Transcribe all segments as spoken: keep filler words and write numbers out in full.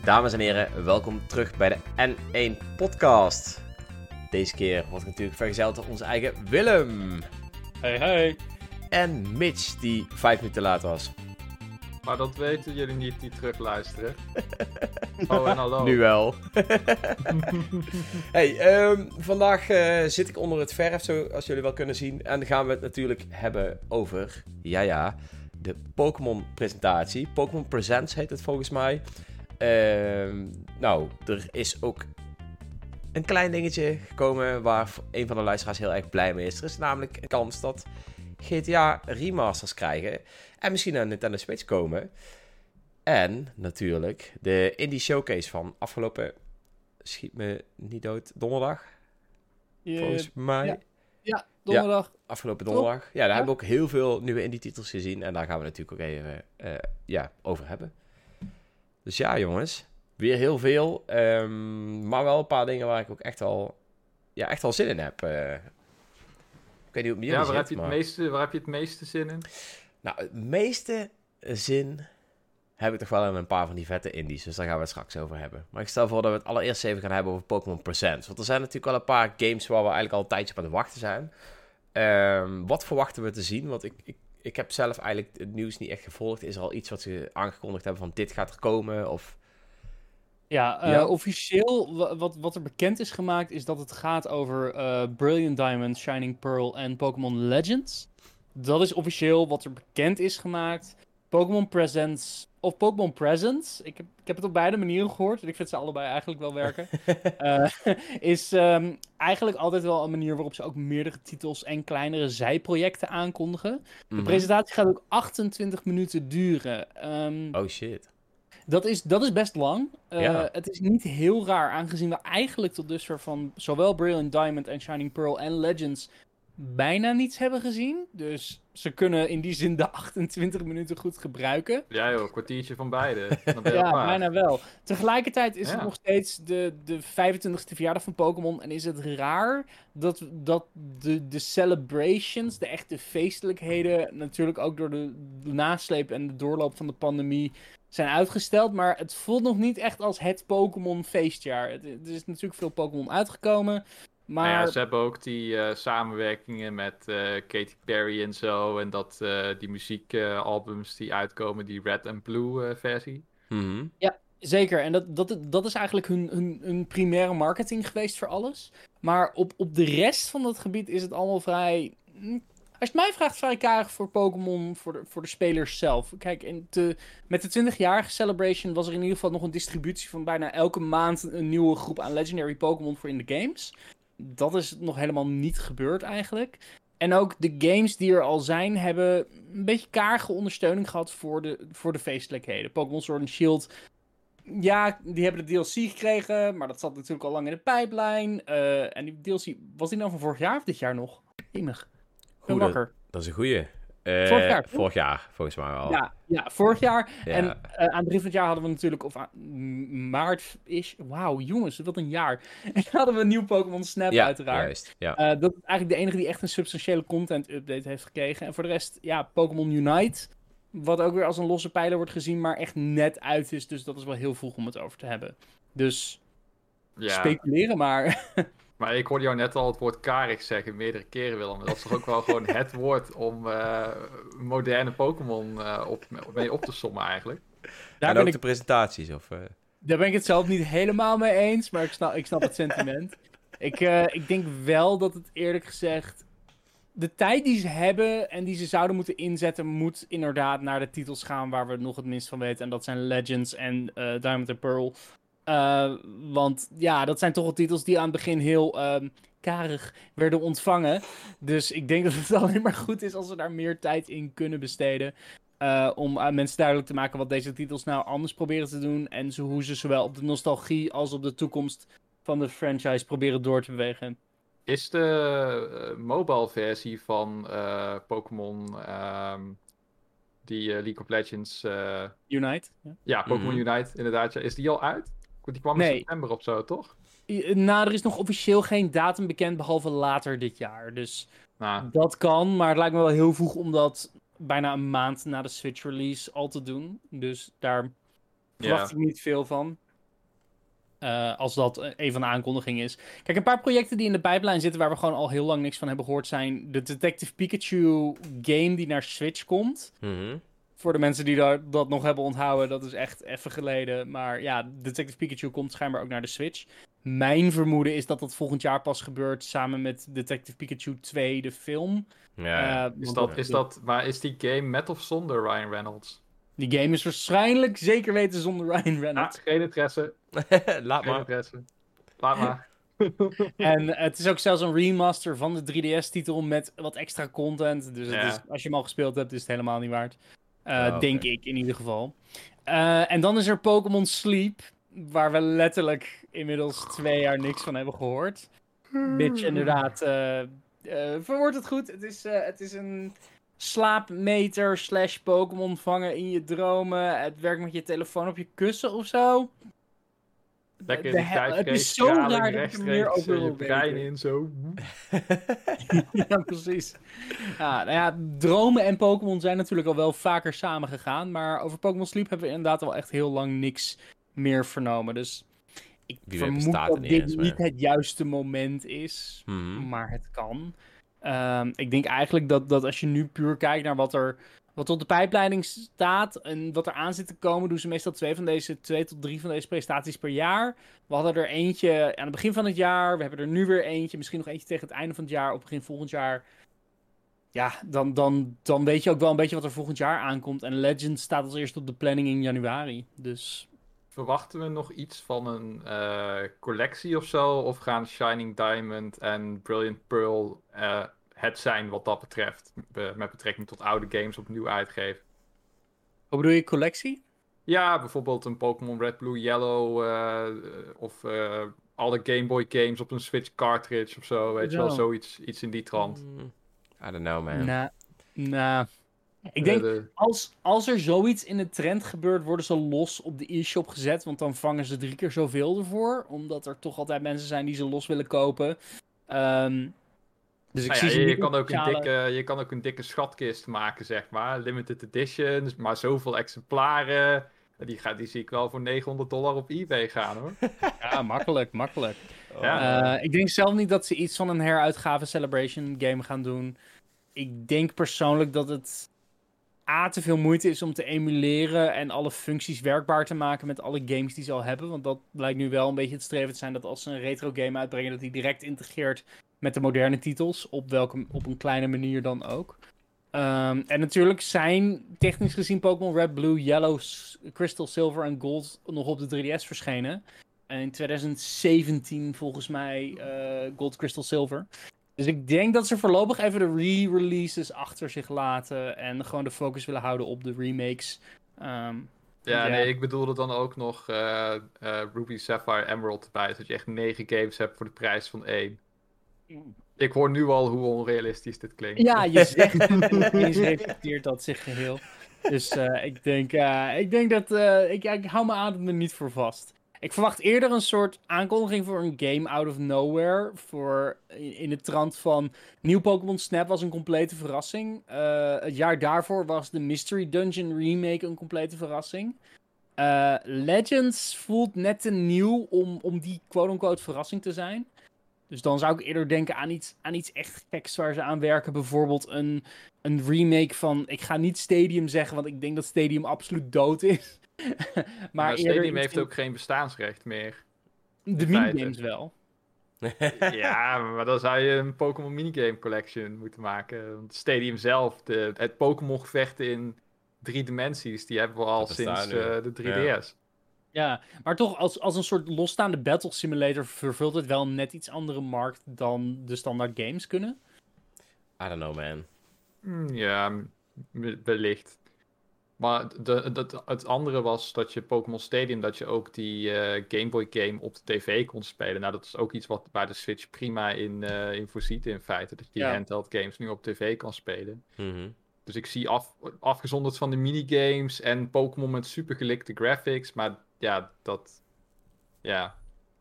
Dames en heren, welkom terug bij de N één podcast. Deze keer wordt natuurlijk vergezeld door onze eigen Willem. Hey, hey. En Mitch, die vijf minuten laat was. Maar dat weten jullie niet die terugluisteren. Oh en hallo. Nu wel. Hey, um, vandaag uh, zit ik onder het verf, zoals jullie wel kunnen zien. En gaan we het natuurlijk hebben over, ja ja, de Pokémon presentatie. Pokémon Presents heet het volgens mij. Uh, nou, er is ook een klein dingetje gekomen waar een van de luisteraars heel erg blij mee is. Er is namelijk een kans dat G T A remasters krijgen en misschien naar Nintendo Switch komen. En natuurlijk de Indie Showcase van afgelopen, schiet me niet dood, donderdag? Je... Volgens mij. Ja, ja donderdag. Ja, afgelopen donderdag. Ja, daar ja. hebben we ook heel veel nieuwe indie titels gezien en daar gaan we natuurlijk ook even uh, ja, over hebben. Dus ja, jongens, weer heel veel, um, maar wel een paar dingen waar ik ook echt al, ja, echt al zin in heb. Uh, ik weet niet hoe het Ja, waar, zit, heb je het maar... meeste, waar heb je het meeste zin in? Nou, het meeste zin heb ik toch wel in een paar van die vette indies, dus daar gaan we het straks over hebben. Maar ik stel voor dat we het allereerst even gaan hebben over Pokémon Presents. Want er zijn natuurlijk wel een paar games waar we eigenlijk al een tijdje op aan het wachten zijn. Um, wat verwachten we te zien? Want ik, ik, ik heb zelf eigenlijk het nieuws niet echt gevolgd. Is er al iets wat ze aangekondigd hebben van dit gaat er komen? Of... Ja, uh, ja, officieel wat, wat er bekend is gemaakt is dat het gaat over uh, Brilliant Diamond, Shining Pearl en Pokémon Legends. Dat is officieel wat er bekend is gemaakt. Pokémon Presents of Pokémon Presents, ik heb, ik heb het op beide manieren gehoord en ik vind ze allebei eigenlijk wel werken. uh, is um, eigenlijk altijd wel een manier waarop ze ook meerdere titels en kleinere zijprojecten aankondigen. De mm-hmm. presentatie gaat ook achtentwintig minuten duren. Um, oh shit. Dat is, dat is best lang. Uh, ja. Het is niet heel raar, aangezien we eigenlijk tot dusver van zowel Brilliant Diamond en Shining Pearl en Legends bijna niets hebben gezien. Dus ze kunnen in die zin de achtentwintig minuten goed gebruiken. Ja joh, een kwartiertje van beide. Dan ben je ja, klaar. bijna wel. Tegelijkertijd is ja. het nog steeds de, de vijfentwintigste verjaardag van Pokémon. En is het raar dat, dat de, de celebrations, de echte feestelijkheden, natuurlijk ook door de, de nasleep en de doorloop van de pandemie zijn uitgesteld. Maar het voelt nog niet echt als het Pokémon feestjaar. Er is natuurlijk veel Pokémon uitgekomen. Maar... Nou ja, ze hebben ook die uh, samenwerkingen met uh, Katy Perry en zo. En dat, uh, die muziekalbums uh, die uitkomen, die Red and Blue uh, versie. Mm-hmm. Ja, zeker. En dat, dat, dat is eigenlijk hun, hun, hun primaire marketing geweest voor alles. Maar op, op de rest van dat gebied is het allemaal vrij... Als je het mij vraagt, vrij karig voor Pokémon, voor de, voor de spelers zelf. Kijk, in te, met de twintigjarige Celebration was er in ieder geval nog een distributie van bijna elke maand een nieuwe groep aan Legendary Pokémon voor in de games. Dat is nog helemaal niet gebeurd eigenlijk. En ook de games die er al zijn, hebben een beetje karige ondersteuning gehad voor de, voor de feestelijkheden. Pokémon Sword and Shield, ja, die hebben de D L C gekregen, maar dat zat natuurlijk al lang in de pijplijn. Uh, en die D L C, was die nou van vorig jaar of dit jaar nog? Enig. Goed, dat, dat is een goeie. Uh, vorig jaar, Vorig jaar, volgens mij wel. Ja, ja vorig jaar. Ja. En uh, aan het begin van het jaar hadden we natuurlijk, of aan maart is, wauw jongens, wat een jaar. En hadden we een nieuw Pokémon Snap ja, uiteraard. Juist, ja. Uh, dat is eigenlijk de enige die echt een substantiële content update heeft gekregen. En voor de rest, ja, Pokémon Unite, wat ook weer als een losse pijler wordt gezien, maar echt net uit is. Dus dat is wel heel vroeg om het over te hebben. Dus ja. speculeren maar. Maar ik hoorde jou net al het woord karig zeggen, meerdere keren Willem. Dat is toch ook wel gewoon het woord om uh, moderne Pokémon uh, op, mee op te sommen eigenlijk. Daar en ben ook ik, de presentaties? Of, uh... Daar ben ik het zelf niet helemaal mee eens, maar ik snap, ik snap het sentiment. ik, uh, ik denk wel dat het eerlijk gezegd... De tijd die ze hebben en die ze zouden moeten inzetten, moet inderdaad naar de titels gaan waar we nog het minst van weten. En dat zijn Legends en uh, Diamond and Pearl. Uh, want ja, dat zijn toch wel titels die aan het begin heel uh, karig werden ontvangen. Dus ik denk dat het alleen maar goed is als we daar meer tijd in kunnen besteden. Uh, om aan mensen duidelijk te maken wat deze titels nou anders proberen te doen. En zo, hoe ze zowel op de nostalgie als op de toekomst van de franchise proberen door te bewegen. Is de uh, mobile versie van uh, Pokémon, uh, die uh, League of Legends... Uh... Unite? Ja, ja Pokémon mm-hmm. Unite, inderdaad. Ja. Is die al uit? Die kwam in nee. september of zo, toch? Nou, er is nog officieel geen datum bekend, behalve later dit jaar. Dus nou. dat kan, maar het lijkt me wel heel vroeg om dat bijna een maand na de Switch release al te doen. Dus daar verwacht ja. ik niet veel van. Uh, als dat een van de aankondigingen is. Kijk, een paar projecten die in de pipeline zitten waar we gewoon al heel lang niks van hebben gehoord zijn de Detective Pikachu game die naar Switch komt. Mm-hmm. Voor de mensen die daar, dat nog hebben onthouden, dat is echt even geleden. Maar ja, Detective Pikachu komt schijnbaar ook naar de Switch. Mijn vermoeden is dat dat volgend jaar pas gebeurt samen met Detective Pikachu twee, de film. Ja, Uh, is dat, is dat, maar is die game met of zonder Ryan Reynolds? Die game is waarschijnlijk zeker weten zonder Ryan Reynolds. Ah, geen interesse. Laat geen maar. interesse. Laat maar. En uh, het is ook zelfs een remaster van de drie D S-titel met wat extra content. Dus Ja. het is, als je hem al gespeeld hebt, is het helemaal niet waard. Uh, oh, okay. Denk ik in ieder geval. Uh, en dan is er Pokémon Sleep, waar we letterlijk inmiddels twee jaar niks van hebben gehoord. Bitch, inderdaad. Uh, uh, verwoord het goed. Het is, uh, het is een slaapmeter slash Pokémon vangen in je dromen. Het werkt met je telefoon op je kussen of zo. Lekker de, die de, het is zo raar dat ik er meer over wil je brein weten. in, zo. Ja, precies. Ja, nou ja, dromen en Pokémon zijn natuurlijk al wel vaker samengegaan. Maar over Pokémon Sleep hebben we inderdaad al echt heel lang niks meer vernomen. Dus ik Wie vermoed dat niet dit niet het juiste moment is. Mm-hmm. Maar het kan. Um, ik denk eigenlijk dat, dat als je nu puur kijkt naar wat er... Wat op de pijpleiding staat en wat er aan zit te komen, doen ze meestal twee van deze, twee tot drie van deze presentaties per jaar. We hadden er eentje aan het begin van het jaar, we hebben er nu weer eentje, misschien nog eentje tegen het einde van het jaar, of begin volgend jaar. Ja, dan, dan, dan weet je ook wel een beetje wat er volgend jaar aankomt. En Legends staat als eerste op de planning in januari, dus... Verwachten we nog iets van een uh, collectie of zo? Of gaan Shining Diamond en Brilliant Pearl... Uh, het zijn wat dat betreft, met betrekking tot oude games opnieuw uitgeven. Wat bedoel je, collectie? Ja, bijvoorbeeld een Pokémon Red, Blue, Yellow, uh, of uh, alle Game Boy games op een Switch cartridge of zo, weet zo. je wel, zoiets iets in die trant. Mm, I don't know, man. Nou, nah. ik denk, uh, de... als, als er zoiets in de trend gebeurt, worden ze los op de e-shop gezet, want dan vangen ze drie keer zoveel ervoor, omdat er toch altijd mensen zijn die ze los willen kopen. Um, Dus ik nou zie ja, ze je, niet je, kan ook een speciale... dikke, je kan ook een dikke schatkist maken, zeg maar. Limited edition, maar zoveel exemplaren. Die, gaat, die zie ik wel voor negenhonderd dollar op eBay gaan, hoor. Ja, makkelijk, makkelijk. Ja. Uh, ik denk zelf niet dat ze iets van een heruitgave Celebration game gaan doen. Ik denk persoonlijk dat het A, te veel moeite is om te emuleren en alle functies werkbaar te maken met alle games die ze al hebben. Want dat blijkt nu wel een beetje het streven te zijn dat als ze een retro game uitbrengen, dat die direct integreert met de moderne titels, op, welke, op een kleine manier dan ook. Um, en natuurlijk zijn technisch gezien Pokémon Red, Blue, Yellow, Crystal, Silver en Gold nog op de drie D S verschenen. En in twintig zeventien volgens mij uh, Gold, Crystal, Silver. Dus ik denk dat ze voorlopig even de re-releases achter zich laten en gewoon de focus willen houden op de remakes. Um, ja, ja, nee, ik bedoelde dan ook nog uh, uh, Ruby, Sapphire, Emerald erbij. Dat je echt negen games hebt voor de prijs van één. Ik hoor nu al hoe onrealistisch dit klinkt. Ja, je zegt het en je reflecteert dat zich geheel. Dus uh, ik, denk, uh, ik denk dat... Uh, ik, ik hou mijn adem er niet voor vast. Ik verwacht eerder een soort aankondiging voor een game out of nowhere. Voor in, in de trant van... Nieuw Pokémon Snap was een complete verrassing. Uh, het jaar daarvoor was de Mystery Dungeon remake een complete verrassing. Uh, Legends voelt net te nieuw om, om die quote-unquote verrassing te zijn. Dus dan zou ik eerder denken aan iets, aan iets echt geks waar ze aan werken. Bijvoorbeeld een, een remake van... Ik ga niet Stadium zeggen, want ik denk dat Stadium absoluut dood is. maar maar eerder Stadium heeft in... ook geen bestaansrecht meer. De minigames wel. Ja, maar dan zou je een Pokémon minigame collection moeten maken. Want Stadium zelf, de, het Pokémon gevecht in drie dimensies, die hebben we al sinds uh, de drie D S. Ja. Ja, maar toch als, als een soort losstaande battle simulator vervult het wel een net iets andere markt dan de standaard games kunnen. I don't know, man. Ja, wellicht. Maar de, de, het andere was dat je Pokémon Stadium, dat je ook die uh, Game Boy game op de tv kon spelen. Nou, dat is ook iets wat bij de Switch prima in, uh, in voorziet in feite. Dat je ja. die handheld games nu op tv kan spelen. Mm-hmm. Dus ik zie af, afgezonderd van de minigames en Pokémon met super gelikte graphics. Maar ja, dat... Ja.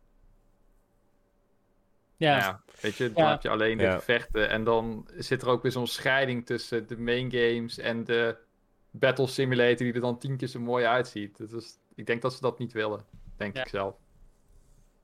Ja. ja weet je, dan ja. heb je alleen de ja. gevechten. En dan zit er ook weer zo'n scheiding tussen de main games en de Battle Simulator die er dan tien keer zo mooi uitziet. Dus ik denk dat ze dat niet willen. Denk ja. ik zelf.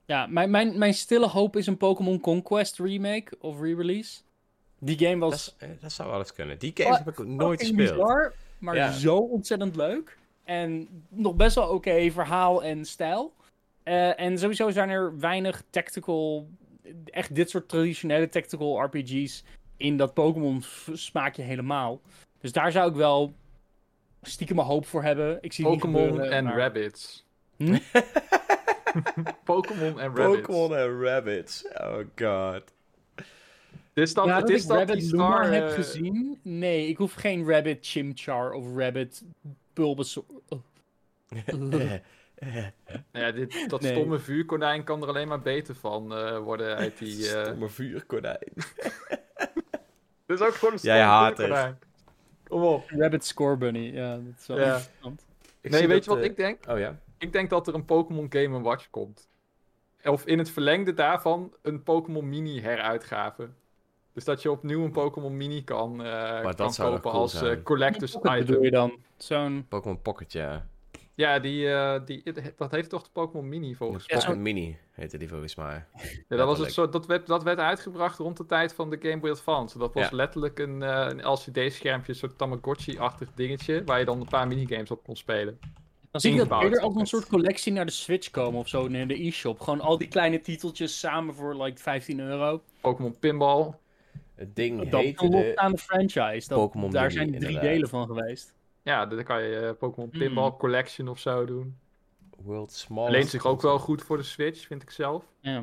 Ja, mijn, mijn, mijn stille hoop is een Pokémon Conquest remake of re-release. Die game was... Dat, is- eh, dat zou wel eens kunnen. Die games heb ik ook nooit fucking gespeeld. bizar, maar Ja. zo ontzettend leuk. En nog best wel oké verhaal en stijl. Eh, en sowieso zijn er weinig tactical... Echt dit soort traditionele tactical R P G's in dat Pokémon v- smaakje helemaal. Dus daar zou ik wel stiekem mijn hoop voor hebben. Ik zie het niet Pokémon gebeuren, en maar- rabbits. Hm? Pokémon en rabbits. Pokémon en rabbits. Oh god. Dit is dan, Ja, het dat is ik dat Rabbit die Luma Star... heb eh, gezien. Nee, ik hoef geen Rabbit Chimchar of Rabbit Bulbasaur. nou ja, dit, dat Nee. stomme vuurkonijn kan er alleen maar beter van eh, worden uit die... eh Stomme vuurkonijn. Dit is ook gewoon een Jij stomme haat vuurkonijn. Kom op. Rabbit Scorebunny, ja, dat is wel Ja. interessant. Ik Nee, zie weet je dat, wat eh, ik denk? Oh ja. Ik denk dat er een Pokémon Game and Watch komt. Of in het verlengde daarvan een Pokémon Mini heruitgave. Dus dat je opnieuw een Pokémon Mini kan, eh, dat kan zou wel kopen cool als eh, zijn. collectors Wat bedoel je item. dan? Zo'n... Pokémon Pocket, ja. Ja, die, eh, die, dat heeft toch de Pokémon Mini volgens mij. Pokémon Mini heette die volgens mij. Ja, dat, was het letterlijk. soort, dat, werd, dat werd uitgebracht rond de tijd van de Game Boy Advance. Dat was Ja. letterlijk een, eh, een L C D-schermpje, een soort Tamagotchi-achtig dingetje, waar je dan een paar minigames op kon spelen. Dan zie ik dat Ingebouwd eerder als een altijd. soort collectie naar de Switch komen of zo, naar de e-shop. Gewoon al die kleine titeltjes samen voor like vijftien euro. Pokémon Pinball. Het ding Dat is heette een de... losstaande franchise. Dat, Pokémon daar Mini, zijn drie inderdaad. delen van geweest. Ja, dan kan je eh, Pokémon Hmm. Pinball Collection of zo doen. World Smallest... Leent zich ook wel goed voor de Switch, vind ik zelf. Ja.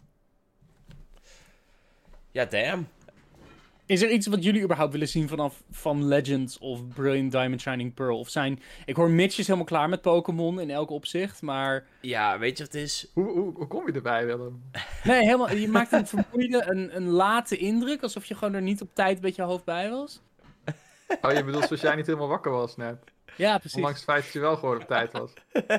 Ja, damn. Is er iets wat jullie überhaupt willen zien vanaf van Legends of Brilliant Diamond Shining Pearl? Of zijn... Ik hoor Mitch is helemaal klaar met Pokémon in elk opzicht, maar... Ja, weet je wat het is? Hoe, hoe, hoe kom je erbij, Willem? Nee, helemaal... Je maakt een vermoeide, een, een late indruk, alsof je gewoon er niet op tijd met je hoofd bij was. Oh, je bedoelt zoals jij niet helemaal wakker was net. Ja, precies. Ondanks het feit dat je wel gewoon op tijd was.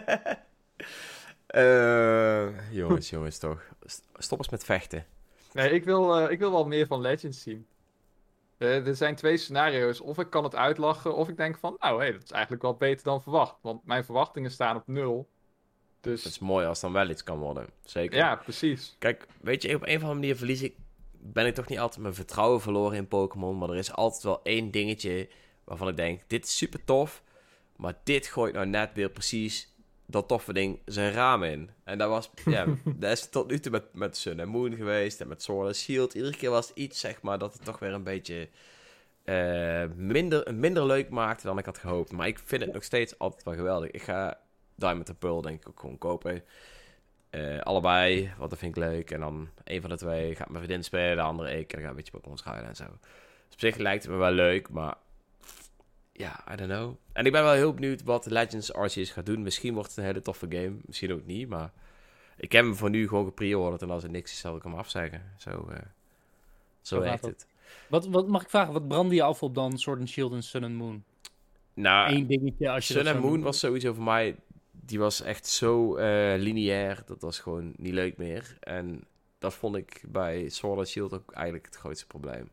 Eh, jongens, jongens, toch. St- Stop eens met vechten. Nee, ik wil, eh, ik wil wel meer van Legends zien. Eh, er zijn twee scenario's. Of ik kan het uitlachen, of ik denk van... Nou, hé, dat is eigenlijk wel beter dan verwacht. Want mijn verwachtingen staan op nul. Dus Het is mooi als dan wel iets kan worden. Zeker. ja, precies. Kijk, weet je, op een of andere manier verlies ik... Ben ik toch niet altijd mijn vertrouwen verloren in Pokémon. Maar er is altijd wel één dingetje waarvan ik denk... Dit is super tof. Maar dit gooit nou net weer precies dat toffe ding zijn raam in. En dat was... Ja, dat is tot nu toe met, met Sun and Moon geweest. En met Sword and Shield. Iedere keer was het iets, zeg maar, dat het toch weer een beetje... eh, minder, minder leuk maakte dan ik had gehoopt. Maar ik vind het nog steeds altijd wel geweldig. Ik ga Diamond and Pearl denk ik ook gewoon kopen. Eh, allebei, want dat vind ik leuk. En dan een van de twee gaat mijn vriendin spelen, de andere ik. En dan gaan we een beetje Pokémon schuilen en zo. Dus op zich lijkt het me wel leuk, maar... Ja, I don't know. En ik ben wel heel benieuwd wat Legends Arceus gaat doen. Misschien wordt het een hele toffe game. Misschien ook niet, maar... Ik heb hem voor nu gewoon gepreorderd. En als er niks is, zal ik hem afzeggen. Zo, eh, zo Zo werkt gaat dat. het. Wat, wat mag ik vragen? Wat brandde je af op dan Sword and Shield en Sun and Moon? Nou, Eén dingetje als je Sun dat and zo Moon noemt. was sowieso voor mij... Die was echt zo eh, lineair. Dat was gewoon niet leuk meer. En dat vond ik bij Sword and Shield ook eigenlijk het grootste probleem.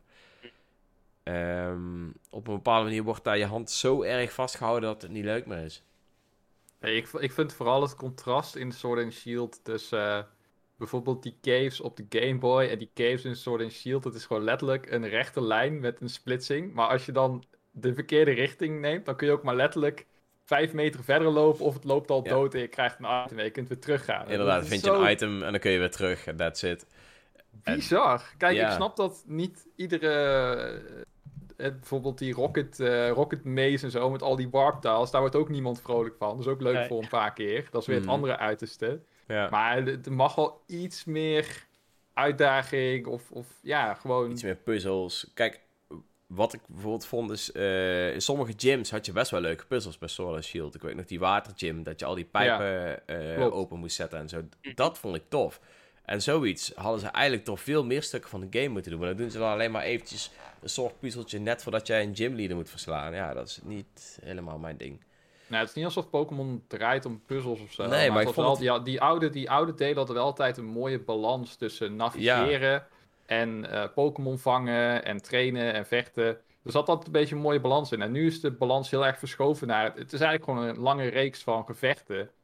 Ehm, op een bepaalde manier wordt daar je hand zo erg vastgehouden dat het niet leuk meer is. Nee, ik, ik vind vooral het contrast in Sword and Shield tussen eh, bijvoorbeeld die caves op de Game Boy en die caves in Sword and Shield. Dat is gewoon letterlijk een rechte lijn met een splitsing. Maar als je dan de verkeerde richting neemt, dan kun je ook maar letterlijk vijf meter verder lopen of het loopt al Ja. dood en je krijgt een item en je kunt weer teruggaan. Inderdaad, Dat is vind je zo een item en dan kun je weer terug en that's it. En- bizar. Kijk, Ja. ik snap dat niet iedere... eh, eh, bijvoorbeeld die Rocket, eh, Rocket Maze en zo, met al die warp tiles, daar wordt ook niemand vrolijk van. Dat is ook leuk Nee. voor een paar keer. Dat is weer Mhm. het andere uiterste. Ja, Maar er mag wel iets meer uitdaging of, of ja, gewoon... iets meer puzzels. Kijk, wat ik bijvoorbeeld vond is... eh, in sommige gyms had je best wel leuke puzzels bij Sword and Shield. Ik weet nog die watergym, dat je al die pijpen eh, klopt. open moest zetten en zo. Dat vond ik tof. En zoiets hadden ze eigenlijk toch veel meer stukken van de game moeten doen. Maar dan doen ze dan alleen maar eventjes een soort puzzeltje net voordat jij een gymleader moet verslaan. Ja, dat is niet helemaal mijn ding. Nou, het is niet alsof Pokémon draait om puzzels of zo. Nee, maar ik het was vond wel, die, die, oude, die oude delen hadden wel altijd een mooie balans tussen navigeren en eh, Pokémon vangen en trainen en vechten. Er zat altijd een beetje een mooie balans in. En nu is de balans heel erg verschoven naar het. Het is eigenlijk gewoon een lange reeks van gevechten.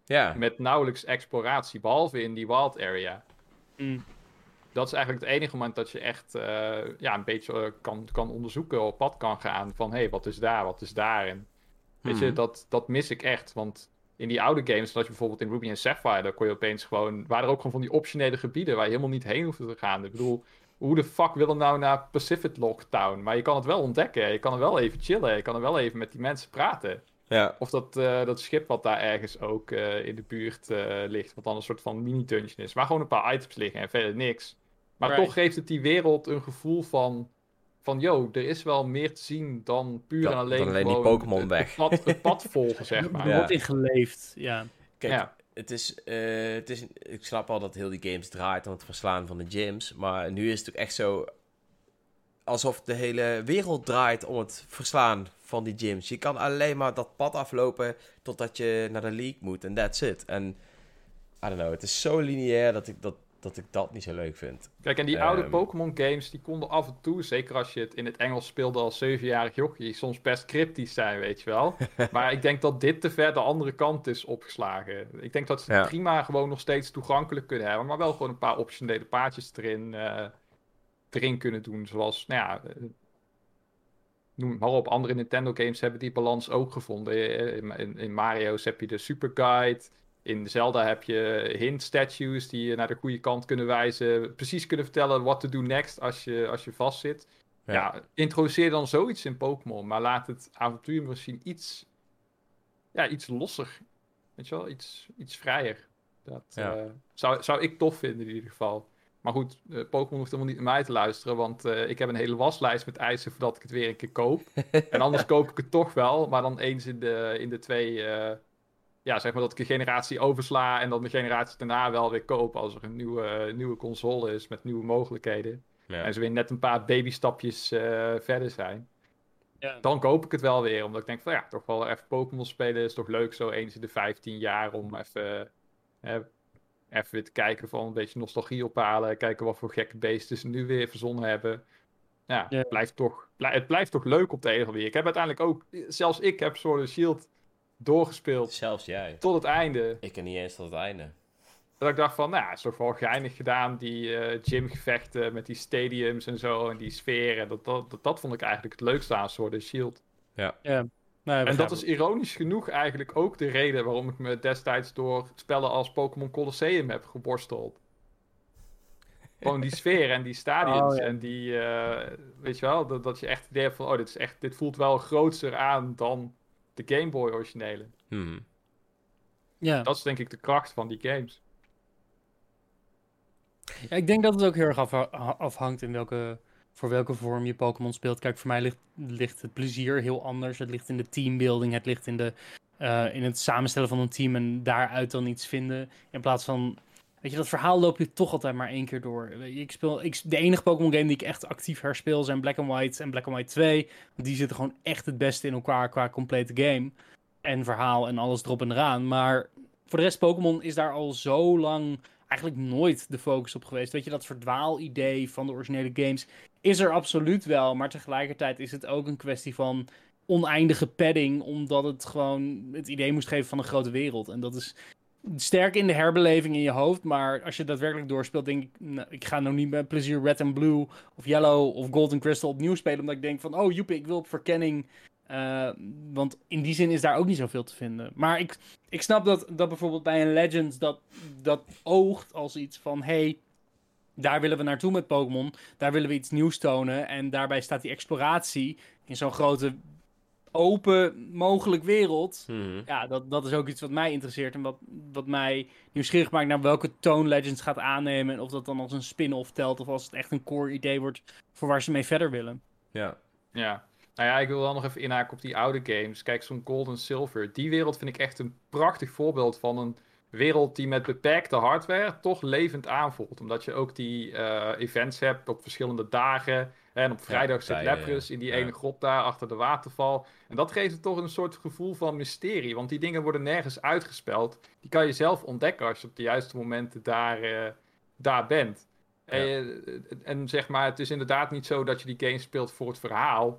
Ja. Met nauwelijks exploratie, behalve in die wild area. Mm. Dat is eigenlijk het enige moment dat je echt uh, ja, een beetje uh, kan, kan onderzoeken, op pad kan gaan. Van, hé, hey, wat is daar, wat is daar? En, weet Hmm. je, dat, dat mis ik echt. Want in die oude games, zoals je bijvoorbeeld in Ruby en Sapphire, daar kon je opeens gewoon... waren er ook gewoon van die optionele gebieden waar je helemaal niet heen hoefde te gaan. Ik bedoel, hoe de fuck wil er nou naar Pacific Log Town? Maar je kan het wel ontdekken. Je kan er wel even chillen. Je kan er wel even met die mensen praten. Ja. Of dat, uh, dat schip wat daar ergens ook uh, in de buurt uh, ligt. Wat dan een soort van mini-dungeon is. Waar gewoon een paar items liggen en verder niks. Maar Right. toch geeft het die wereld een gevoel van... Van, yo, er is wel meer te zien dan puur Dan- en alleen, dan alleen die gewoon Pokémon het, weg. Het, pad, het pad volgen, zeg maar. Er Ja. wordt in geleefd, ja. Kijk, Ja. het is, eh, het is... Ik snap al dat heel die games draait om het verslaan van de gyms. Maar nu is het ook echt zo... Alsof de hele wereld draait om het verslaan van die gyms. Je kan alleen maar dat pad aflopen totdat je naar de league moet. En that's it. En, I don't know, het is zo lineair dat ik dat, dat, ik dat niet zo leuk vind. Kijk, en die oude Ehm. Pokémon games, die konden af en toe, zeker als je het in het Engels speelde als zevenjarig jochie, soms best cryptisch zijn, weet je wel. Maar ik denk dat dit te ver de andere kant is opgeslagen. Ik denk dat ze het Ja. prima gewoon nog steeds toegankelijk kunnen hebben, maar wel gewoon een paar optionele paadjes erin, uh, erin kunnen doen. Zoals, nou ja, uh, noem maar op, andere Nintendo games hebben die balans ook gevonden. In, in, in Mario's heb je de Super Guide. In Zelda heb je hint statues die je naar de goede kant kunnen wijzen. Precies kunnen vertellen what to do next als je, als je vastzit. Ja. ja, introduceer dan zoiets in Pokémon. Maar laat het avontuur misschien iets, ja, iets losser. Weet je wel, iets, iets vrijer. Dat Ja. uh, zou, zou ik tof vinden in ieder geval. Maar goed, uh, Pokémon hoeft helemaal niet naar mij te luisteren. Want uh, ik heb een hele waslijst met eisen voordat ik het weer een keer koop. En anders koop ik het toch wel. Maar dan eens in de, in de twee... Uh, ja, zeg maar dat ik een generatie oversla en dan de generatie daarna wel weer koop als er een nieuwe, uh, nieuwe console is met nieuwe mogelijkheden. Ja. En ze weer net een paar babystapjes uh, verder zijn. Ja. Dan koop ik het wel weer, omdat ik denk van ja, toch wel even Pokémon spelen is toch leuk zo eens in de vijftien jaar om even, uh, even weer te kijken van een beetje nostalgie ophalen. Kijken wat voor gekke beesten ze nu weer verzonnen hebben. Ja, ja. Het, blijft toch, blij, het blijft toch leuk op de een of andere manier. Ik heb uiteindelijk ook, zelfs ik heb Sword and Shield doorgespeeld. Zelfs jij. Tot het einde. Ik ken niet eens tot het einde. Dat ik dacht van, nou, het is toch wel geinig gedaan, die uh, gymgevechten met die stadiums en zo, en die sferen. Dat, dat, dat, dat vond ik eigenlijk het leukste aan Sword and Shield. Ja. ja. Nee, en dat is ironisch genoeg eigenlijk ook de reden waarom ik me destijds door spellen als Pokémon Colosseum heb geborsteld. Gewoon die sfeer en die stadions oh, ja. en die, uh, weet je wel, dat, dat je echt het idee hebt van, oh, dit, is echt, dit voelt wel groter aan dan de Game Boy originele. Hmm. Ja. Dat is denk ik de kracht van die games. Ja, ik denk dat het ook heel erg af, afhangt in welke, voor welke vorm je Pokémon speelt. Kijk, voor mij ligt, ligt het plezier heel anders. Het ligt in de teambuilding, het ligt in, de, uh, in het samenstellen van een team en daaruit dan iets vinden. In plaats van, weet je, dat verhaal loop je toch altijd maar één keer door. Ik speel, ik, de enige Pokémon game die ik echt actief herspeel zijn Black and White en Black and White twee. Want die zitten gewoon echt het beste in elkaar qua complete game. En verhaal en alles erop en eraan. Maar voor de rest, Pokémon is daar al zo lang eigenlijk nooit de focus op geweest. Weet je, dat verdwaal-idee van de originele games is er absoluut wel. Maar tegelijkertijd is het ook een kwestie van oneindige padding. Omdat het gewoon het idee moest geven van een grote wereld. En dat is sterk in de herbeleving in je hoofd. Maar als je daadwerkelijk doorspeelt, denk ik, nou, ik ga nou niet met plezier Red and Blue of Yellow of Gold and Crystal opnieuw spelen. Omdat ik denk van, oh joepie, ik wil op verkenning. Uh, want in die zin is daar ook niet zoveel te vinden. Maar ik, ik snap dat, dat bijvoorbeeld bij een Legends dat, dat oogt als iets van, hey, daar willen we naartoe met Pokémon. Daar willen we iets nieuws tonen. En daarbij staat die exploratie in zo'n grote open mogelijk wereld. Hmm. Ja, dat, dat is ook iets wat mij interesseert. En wat, wat mij nieuwsgierig maakt naar welke toon Legends gaat aannemen. En of dat dan als een spin-off telt. Of als het echt een core idee wordt voor waar ze mee verder willen. Ja. Ja. Nou ja, ik wil dan nog even inhaken op die oude games. Kijk, zo'n Gold en Silver. Die wereld vind ik echt een prachtig voorbeeld van een wereld die met beperkte hardware toch levend aanvoelt. Omdat je ook die uh, events hebt op verschillende dagen. En op vrijdag zit ja, Lapras ja. in die ja. ene grot daar achter de waterval. En dat geeft het toch een soort gevoel van mysterie. Want die dingen worden nergens uitgespeld. Die kan je zelf ontdekken als je op de juiste momenten daar, uh, daar bent. Ja. En, en zeg maar, het is inderdaad niet zo dat je die game speelt voor het verhaal.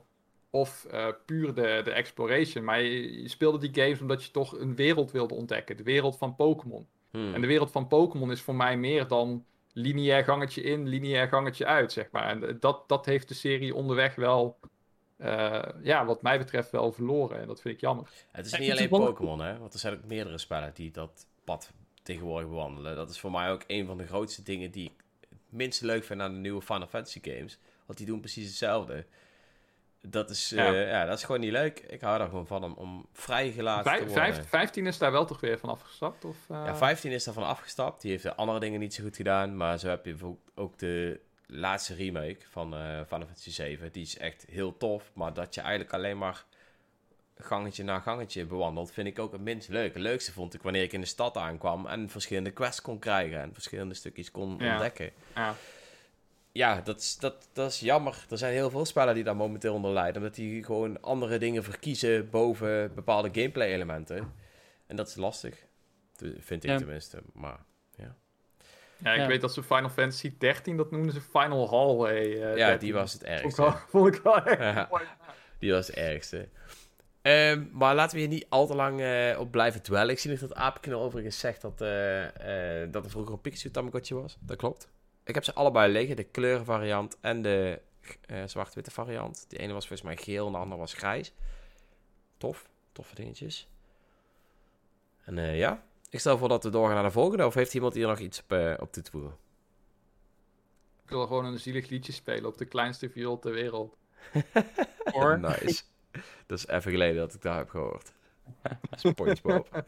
of uh, puur de, de exploration. Maar je, je speelde die games omdat je toch een wereld wilde ontdekken. De wereld van Pokémon. Hmm. En de wereld van Pokémon is voor mij meer dan lineair gangetje in, lineair gangetje uit, zeg maar. En dat, dat heeft de serie onderweg wel, uh, ja, wat mij betreft wel verloren. En dat vind ik jammer. Het is niet alleen Pokémon, hè. Want er zijn ook meerdere spellen die dat pad tegenwoordig bewandelen. Dat is voor mij ook een van de grootste dingen die ik het minst leuk vind aan de nieuwe Final Fantasy games. Want die doen precies hetzelfde. Dat is, uh, ja. ja, dat is gewoon niet leuk. Ik hou daar gewoon van om, om vrijgelaten Vijf, te worden. Vijf, vijftien is daar wel toch weer van afgestapt? Of, uh... Ja, vijftien is daarvan afgestapt. Die heeft de andere dingen niet zo goed gedaan. Maar zo heb je ook de laatste remake van uh, Final Fantasy zeven. Die is echt heel tof. Maar dat je eigenlijk alleen maar gangetje na gangetje bewandelt, vind ik ook het minst leuk. Het leukste vond ik wanneer ik in de stad aankwam en verschillende quests kon krijgen en verschillende stukjes kon ja. ontdekken. Ja. Ja, dat is, dat, dat is jammer. Er zijn heel veel spellen die daar momenteel onder lijden. Omdat die gewoon andere dingen verkiezen boven bepaalde gameplay-elementen. En dat is lastig. Vind ik ja. tenminste. Maar, ja. Ja, ik ja. weet dat ze Final Fantasy dertien, dat noemden ze Final Hallway. Uh, ja, dertien. Die was het ergste. Vond ik wel, vond ik wel echt ja, die was het ergste. Um, maar laten we hier niet al te lang uh, op blijven dwellen. Ik zie nog dat Apenknul overigens zegt dat, uh, uh, dat er vroeger een Pikachu Tamagotchi was. Dat klopt. Ik heb ze allebei liggen. De kleurenvariant en de uh, zwart-witte variant. De ene was volgens mij geel en de andere was grijs. Tof. Toffe dingetjes. En uh, ja, ik stel voor dat we doorgaan naar de volgende. Of heeft iemand hier nog iets op, uh, op te voegen? Ik wil gewoon een zielig liedje spelen op de kleinste viool ter wereld. Hoor. Nice. Dat is even geleden dat ik daar heb gehoord. SpongeBob.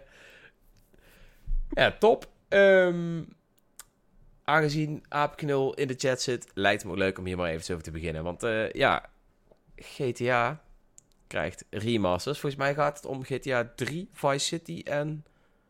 Ja, top. Um, aangezien Aapknul in de chat zit, lijkt het me ook leuk om hier maar even over te beginnen. Want uh, ja, G T A krijgt remasters. Volgens mij gaat het om G T A drie, Vice City en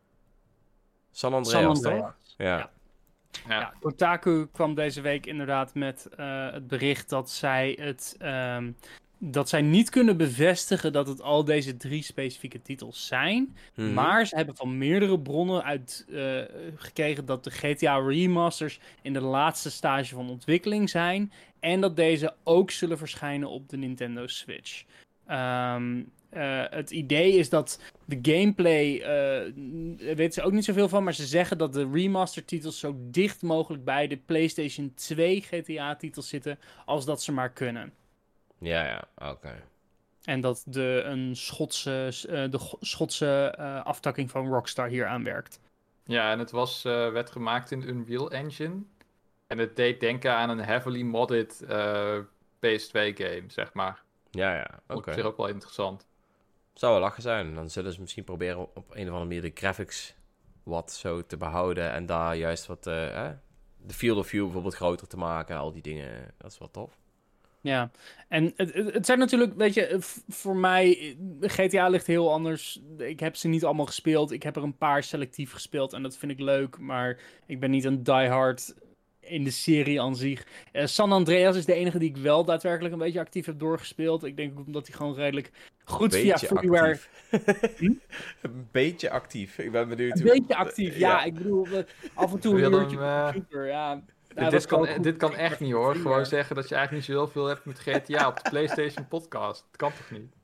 San Andreas, San Andreas. toch? Ja. ja. Ja, Kotaku kwam deze week inderdaad met uh, het bericht dat zij het... Um, dat zij niet kunnen bevestigen dat het al deze drie specifieke titels zijn. Mm-hmm. Maar ze hebben van meerdere bronnen uit uh, gekregen dat de G T A remasters in de laatste stage van ontwikkeling zijn. En dat deze ook zullen verschijnen op de Nintendo Switch. Um, uh, het idee is dat de gameplay, uh, weten ze ook niet zoveel van, maar ze zeggen dat de remaster titels zo dicht mogelijk bij de PlayStation twee G T A titels zitten als dat ze maar kunnen. Ja, ja, oké. Okay. En dat de, een Schotse, uh, de Schotse uh, aftakking van Rockstar hier aan werkt. Ja, en het was, uh, werd gemaakt in Unreal Engine. En het deed denken aan een heavily modded uh, P S twee game, zeg maar. Ja, ja, oké. Okay. Dat is ook wel interessant. Zou wel lachen zijn. Dan zullen ze misschien proberen op een of andere manier de graphics wat zo te behouden. En daar juist wat, uh, eh, de field of view bijvoorbeeld groter te maken. Al die dingen, dat is wel tof. Ja, en het, het zijn natuurlijk, weet je, voor mij, G T A ligt heel anders. Ik heb ze niet allemaal gespeeld. Ik heb er een paar selectief gespeeld en dat vind ik leuk. Maar ik ben niet een diehard in de serie aan zich. Uh, San Andreas is de enige die ik wel daadwerkelijk een beetje actief heb doorgespeeld. Ik denk ook omdat hij gewoon redelijk goed via freeware... hm? Een beetje actief. Ik ben benieuwd. Een hoe... beetje actief, ja. ja. Ik bedoel, af en toe een uurtje op de computer, ja. Ja, dit, kan, dit kan echt niet hoor. Gewoon zeggen dat je eigenlijk niet zo heel veel hebt met G T A op de PlayStation podcast. Dat kan toch niet?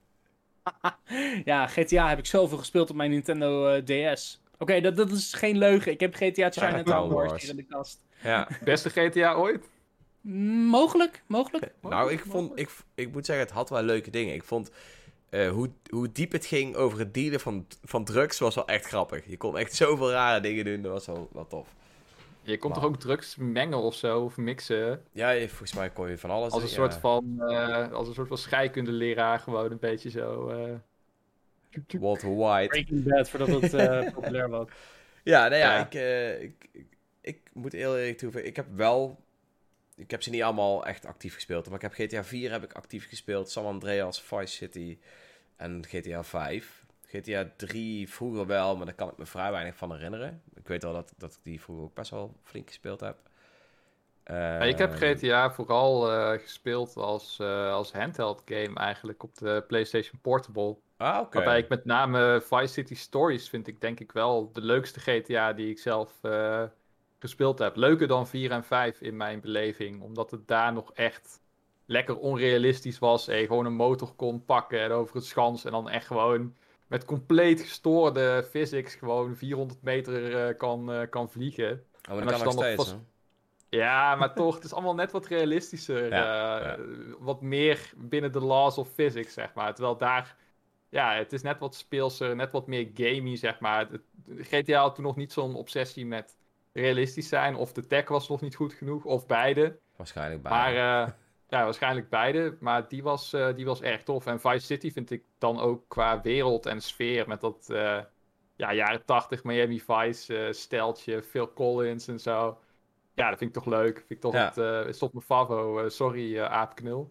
Ja, G T A heb ik zoveel gespeeld op mijn Nintendo uh, D S. Oké, okay, dat, dat is geen leugen. Ik heb G T A Chinatown Wars hier in de kast. Ja. Beste G T A ooit? Mogelijk, mogelijk. Nou, ik vond, ik, ik moet zeggen, het had wel leuke dingen. Ik vond uh, hoe, hoe diep het ging over het dealen van, van drugs was wel echt grappig. Je kon echt zoveel rare dingen doen. Dat was wel, wel tof. Je kon wow. toch ook drugs mengen of zo, of mixen? Ja, volgens mij kon je van alles Als een, doen, soort, ja. van, uh, als een soort van scheikundeleraar gewoon een beetje zo... Uh... Walter White. Breaking Bad, voordat het uh, populair was. Ja, nou ja, ja. Ik, uh, ik, ik, ik moet heel eerlijk toegeven, ik heb wel... Ik heb ze niet allemaal echt actief gespeeld, maar ik heb G T A vier heb ik actief gespeeld, San Andreas, Vice City en G T A vijf. G T A drie vroeger wel, maar daar kan ik me vrij weinig van herinneren. Ik weet wel dat, dat ik die vroeger ook best wel flink gespeeld heb. Uh, ja, ik heb G T A vooral uh, gespeeld als, uh, als handheld game eigenlijk op de PlayStation Portable. Ah, oké. Okay. Waarbij ik met name Vice City Stories vind ik denk ik wel de leukste G T A die ik zelf uh, gespeeld heb. Leuker dan vier en vijf in mijn beleving, omdat het daar nog echt lekker onrealistisch was. En je gewoon een motor kon pakken en over het schans. En dan echt gewoon met compleet gestoorde physics gewoon vierhonderd meter uh, kan, uh, kan vliegen. Oh, maar En dat als kan je nog dan steeds, nog hè? Ja, maar toch, het is allemaal net wat realistischer. Ja, uh, ja. Wat meer binnen de laws of physics, zeg maar. Terwijl daar, ja, het is net wat speelser, net wat meer gamey, zeg maar. Het, G T A had toen nog niet zo'n obsessie met realistisch zijn. Of de tech was nog niet goed genoeg, of beide. Waarschijnlijk bij. Maar uh, ja, waarschijnlijk beide. Maar die was, uh, die was erg tof. En Vice City vind ik dan ook qua wereld en sfeer met dat uh, ja, jaren tachtig Miami Vice uh, steltje, Phil Collins en zo. Ja, dat vind ik toch leuk. Vind ik toch Ja. het, uh, is toch mijn favo. Uh, sorry, uh, aapknul.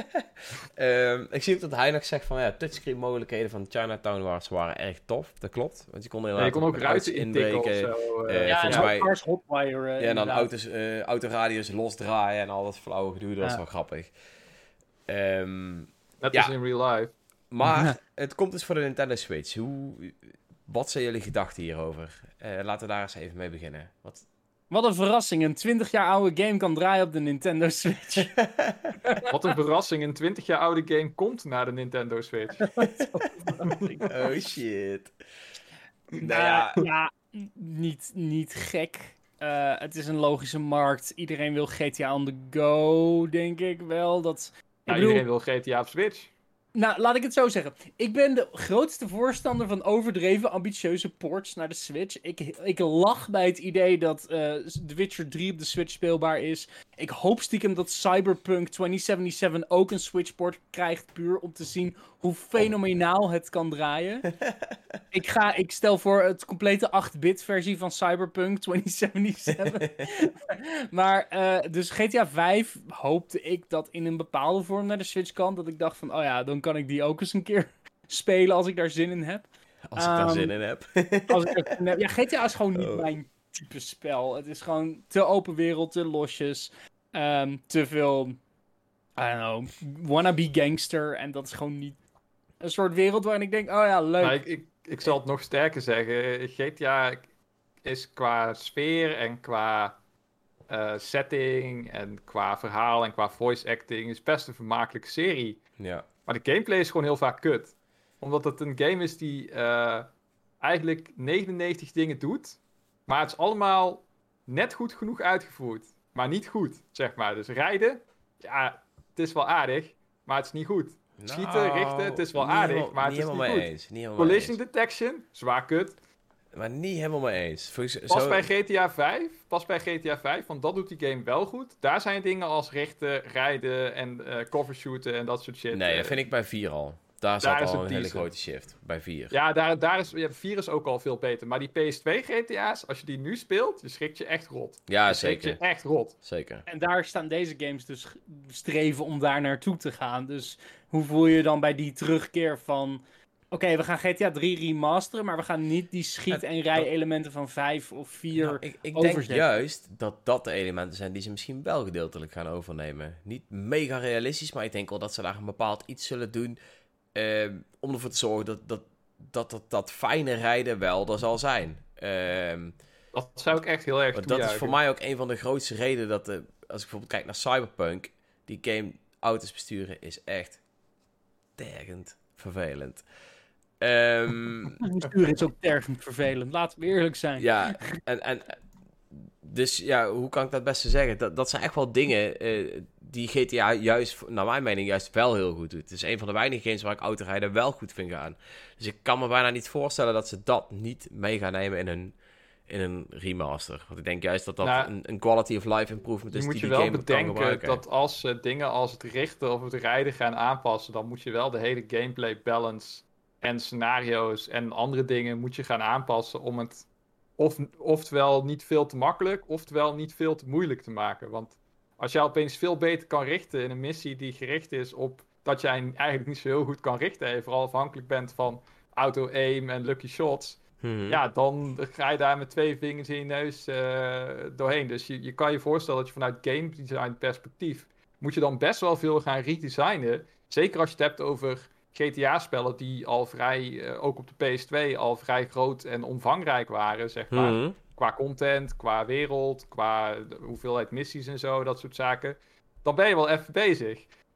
um, ik zie ook dat hij nog zegt van ja, touchscreen mogelijkheden van Chinatown Wars waren erg tof. Dat klopt. Want je kon Ja, inderdaad je kon ook met ruiten auto's inbreken of inbreken. zo. Uh, Uh, ja, volgens ja, mij- Cars Hotwire. uh, Ja, en dan inderdaad. auto's, uh, autoradius losdraaien en al dat flauwe gedoe. Dat was Ja. wel grappig. Um, net ja. als in real life. maar het komt dus voor de Nintendo Switch. Hoe, wat zijn jullie gedachten hierover? Uh, laten we daar eens even mee beginnen. Wat... Wat een verrassing, een twintig jaar oude game kan draaien op de Nintendo Switch. Wat een verrassing. Een twintig jaar oude game komt naar de Nintendo Switch. Oh shit. Nou Nou ja, ja, niet, niet gek. Uh, het is een logische markt. Iedereen wil G T A on the go, denk ik wel. Dat... Ik Nou, bedoel, iedereen wil G T A op Switch. Nou, laat ik het zo zeggen. Ik ben de grootste voorstander van overdreven ambitieuze ports naar de Switch. Ik, ik lach bij het idee dat uh, The Witcher drie op de Switch speelbaar is. Ik hoop stiekem dat Cyberpunk twintig zevenenzeventig ook een Switch port krijgt, puur om te zien hoe fenomenaal het kan draaien. ik, ga, ik stel voor het complete acht-bit versie van Cyberpunk twintig zevenenzeventig. maar, uh, dus G T A vijf hoopte ik dat in een bepaalde vorm naar de Switch kan. Dat ik dacht van, oh ja, dan kan ik die ook eens een keer spelen als ik daar zin in heb. als ik daar Um, zin in heb. Als ik er zin in heb. Ja, G T A is gewoon niet Oh. mijn type spel. Het is gewoon te open wereld, te losjes. Um, te veel, I don't know, wannabe gangster. En dat is gewoon niet een soort wereld waarin ik denk, oh ja, leuk. Nou, ik, ik, ik zal het nog sterker zeggen. G T A is qua sfeer en qua uh, setting en qua verhaal en qua voice acting is best een vermakelijke serie. Ja. Maar de gameplay is gewoon heel vaak kut. Omdat het een game is die uh, eigenlijk negenennegentig dingen doet. Maar het is allemaal net goed genoeg uitgevoerd. Maar niet goed, zeg maar. Dus rijden, ja, het is wel aardig, maar het is niet goed. Schieten, Nou, richten, het is wel niet aardig, helemaal- maar het niet is niet helemaal goed. mee eens. Niet helemaal mee Collision eens. detection, zwaar kut. Maar niet helemaal mee eens. Volgens- Pas zo- bij G T A vijf, pas bij G T A vijf, want dat doet die game wel goed. Daar zijn dingen als richten, rijden en uh, cover shooten en dat soort shit. Nee, uh, dat vind ik bij vier al. Daar zat Daar is al het een hele decent. grote shift. Bij vier. Ja, daar, daar is, ja, vier is ook al veel beter. Maar die P S twee G T A's, als je die nu speelt, je schrikt je echt rot. Ja, Je schrikt zeker. je echt rot. Zeker. En daar staan deze games dus g- streven om daar naartoe te gaan. Dus hoe voel je dan bij die terugkeer van... Oké, okay, we gaan G T A drie remasteren, maar we gaan niet die schiet- en rij-elementen van vijf of vier Nou, ik ik denk overzetten. juist dat dat de elementen zijn die ze misschien wel gedeeltelijk gaan overnemen. Niet mega realistisch, maar ik denk wel dat ze daar een bepaald iets zullen doen. eh, om ervoor te zorgen dat dat, dat, dat, dat fijne rijden wel er zal zijn. Ehm, Dat zou ik echt heel erg want dat is toejuichen. voor mij ook een van de grootste redenen dat, de, als ik bijvoorbeeld kijk naar Cyberpunk, die game auto's besturen is echt tergend vervelend. Ehm Het sturen is ook tergend vervelend, laten we eerlijk zijn. Ja, en, en dus ja, hoe kan ik dat het beste zeggen? Dat, dat zijn echt wel dingen eh, die G T A juist, naar mijn mening, juist wel heel goed doet. Het is een van de weinige games waar ik autorijden wel goed vind gaan. Dus ik kan me bijna niet voorstellen dat ze dat niet mee gaan nemen in een, in een remaster. Want ik denk juist dat dat Nou, een, een quality of life improvement Je is moet die je die wel game kan bedenken gebruiken. dat als ze dingen als het richten of het rijden gaan aanpassen, dan moet je wel de hele gameplay balance en scenario's en andere dingen moet je gaan aanpassen om het of, oftewel niet veel te makkelijk, oftewel niet veel te moeilijk te maken. Want als je opeens veel beter kan richten in een missie die gericht is op dat jij eigenlijk niet zo heel goed kan richten en je vooral afhankelijk bent van auto-aim en lucky shots, Mhm. ja, dan ga je daar met twee vingers in je neus uh, doorheen. Dus je, je kan je voorstellen dat je vanuit game design perspectief moet je dan best wel veel gaan redesignen. Zeker als je het hebt over G T A-spellen die al vrij, uh, ook op de P S twee, al vrij groot en omvangrijk waren, zeg maar. Mhm. Qua content, qua wereld, qua de hoeveelheid missies en zo, dat soort zaken. Dan ben je wel even bezig.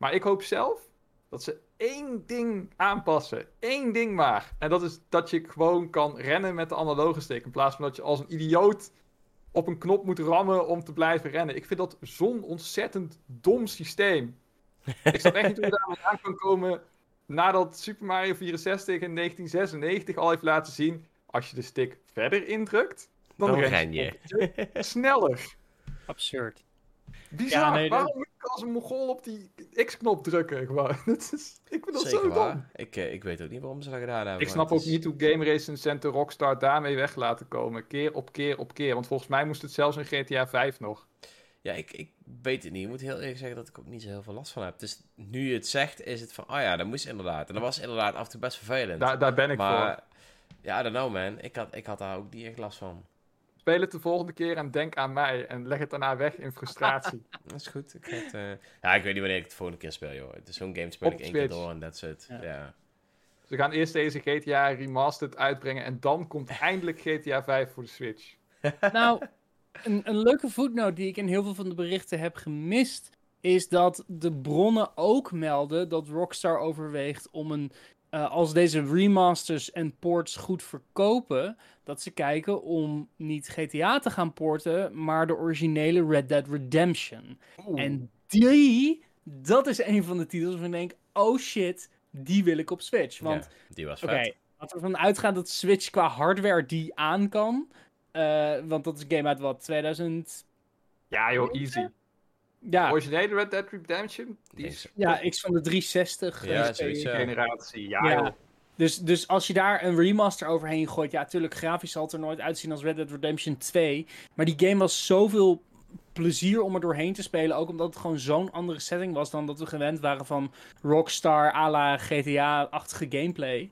Maar ik hoop zelf dat ze één ding aanpassen. Eén ding maar. En dat is dat je gewoon kan rennen met de analoge stick. In plaats van dat je als een idioot op een knop moet rammen om te blijven rennen. Ik vind dat zo'n ontzettend dom systeem. Ik snap echt niet hoe je daar aan kan komen nadat Super Mario vierenzestig in negentien zesennegentig al heeft laten zien. Als je de stick verder indrukt, dan, Dan ren ren je je. sneller. Absurd. Bizar. Ja, nee, Waarom moet ik als een Mongool op die X-knop drukken? Gewoon. Dat is, ik vind dat Zeker zo waar. dom. Ik, eh, ik weet ook niet waarom ze dat gedaan hebben. Ik maar snap het ook is- niet hoe Game Racing Center Rockstar daarmee weg laten komen. Keer op keer op keer. Want volgens mij moest het zelfs in G T A vijf nog. Ja, ik, ik weet het niet. Ik moet heel eerlijk zeggen dat ik ook niet zo heel veel last van heb. Dus nu je het zegt, is het van, oh ja, dat moest inderdaad. En dat was inderdaad af en toe best vervelend. Daar, daar ben ik voor. maar, ja, I don't know man. Ik had, ik had daar ook niet echt last van. Speel het de volgende keer en denk aan mij. En leg het daarna weg in frustratie. Dat is goed. Ik ga het, eh, Ja, ik weet niet wanneer ik het de volgende keer speel, joh. Het is zo'n game speel Op ik één Switch. keer door en that's it. Ja. Ja. Ze gaan eerst deze G T A Remastered uitbrengen. En dan komt eindelijk G T A vijf voor de Switch. Nou, een, een leuke footnote die ik in heel veel van de berichten heb gemist, is dat de bronnen ook melden dat Rockstar overweegt om een, uh, als deze remasters en ports goed verkopen, dat ze kijken om niet G T A te gaan porten, maar de originele Red Dead Redemption. En die, dat is een van de titels waarvan ik denk, oh shit, die wil ik op Switch. Want, Ja, die was oké, vet. laten we ervan uitgaan dat Switch qua hardware die aan kan. Uh, want dat is een game uit wat, tweeduizend... Ja joh, easy. Ja, Originele Red Dead Redemption. Die is ja, X van de driehonderdzestig. Ja, eh, zoiets, ja. generatie. Ja, Ja. joh. Dus, dus als je daar een remaster overheen gooit, ja, tuurlijk, grafisch zal het er nooit uitzien als Red Dead Redemption twee. Maar die game was zoveel plezier om er doorheen te spelen, ook omdat het gewoon zo'n andere setting was dan dat we gewend waren van Rockstar à la G T A-achtige gameplay.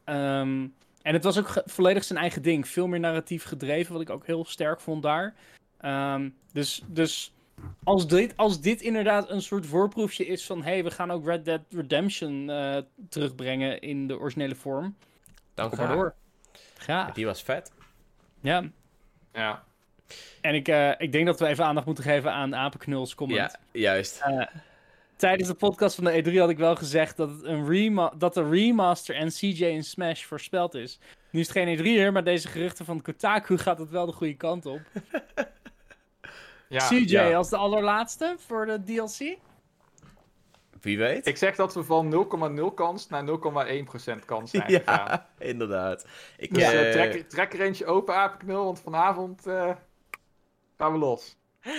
Um, en het was ook ge- volledig zijn eigen ding. Veel meer narratief gedreven, wat ik ook heel sterk vond daar. Um, dus dus als, dit, als dit inderdaad een soort voorproefje is van, hey, we gaan ook Red Dead Redemption uh, terugbrengen in de originele vorm. Dan Kom ga maar door. Graag. Die was vet. Ja. Ja. En ik, uh, ik denk dat we even aandacht moeten geven aan Apenknuls comment. Ja, juist. Uh, tijdens de podcast van de E drie had ik wel gezegd dat, het een rema- dat de remaster en C J in Smash voorspeld is. Nu is het geen E drie'er, maar deze geruchten van Kotaku gaat het wel de goede kant op. Ja. C J ja. als de allerlaatste voor de D L C? Wie weet. Ik zeg dat we van nul komma nul kans naar nul komma één procent kans zijn gegaan. Ja, inderdaad. Ik, Dus eh, uh, trek, trek er eentje open, Apenknul, want vanavond uh, gaan we los.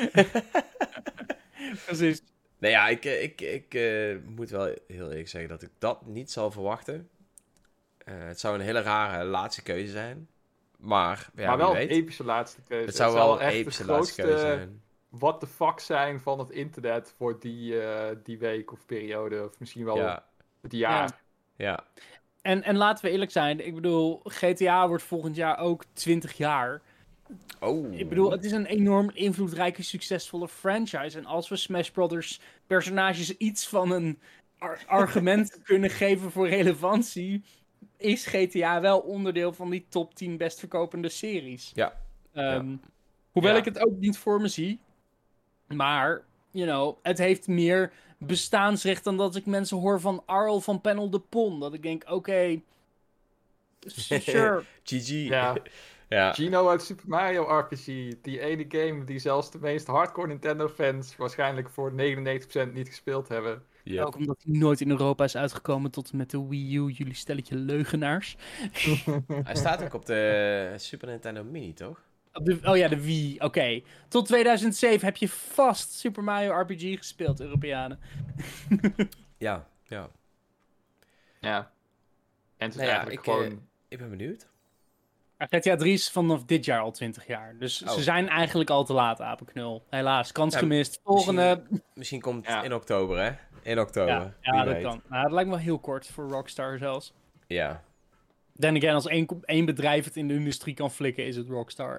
Precies. Nou ja, ik, ik, ik uh, moet wel heel eerlijk zeggen dat ik dat niet zal verwachten. Uh, het zou een hele rare laatste keuze zijn. Maar, ja, maar wel wie een weet. epische laatste keuze. Het zou wel een echt epische de laatste grootste keuze zijn. what the fuck zijn van het internet voor die, uh, die week of periode. Of misschien wel Ja, het jaar. Ja. ja. En, en laten we eerlijk zijn, ik bedoel, G T A wordt volgend jaar ook twintig jaar. Oh. Ik bedoel, het is een enorm invloedrijke, succesvolle franchise. En als we Smash Brothers personages iets van een ar- argument kunnen geven voor relevantie, is G T A wel onderdeel van die top tien best verkopende series. Ja. Um, Ja. Hoewel Ja. ik het ook niet voor me zie. Maar, you know, het heeft meer bestaansrecht dan dat ik mensen hoor van Arl van Panel de Pon. Dat ik denk, oké, okay, sure. G G. Ja. Ja. Gino uit Super Mario R P G. Die ene game die zelfs de meest hardcore Nintendo fans waarschijnlijk voor negenennegentig procent niet gespeeld hebben. Yep. Ook omdat hij nooit in Europa is uitgekomen tot en met de Wii U. Jullie stelletje leugenaars. Hij staat ook op de Super Nintendo Mini, toch? Op de, oh ja, de Wii. Oké. Okay. Tot tweeduizend zeven heb je vast Super Mario R P G gespeeld, Europeanen. Ja, ja. Ja. En het is Nou ja, eigenlijk ik, gewoon... uh, ik ben benieuwd. G T A drie is vanaf dit jaar al twintig jaar. Dus oh. ze zijn eigenlijk al te laat, Apenknul. Helaas, kans ja, gemist. Volgende... Misschien, misschien komt het Ja. in oktober, hè? In oktober. Ja, ja Wie dat weet. kan. Nou, dat lijkt me wel heel kort voor Rockstar zelfs. Ja. Then again, als één, één bedrijf het in de industrie kan flikken, is het Rockstar.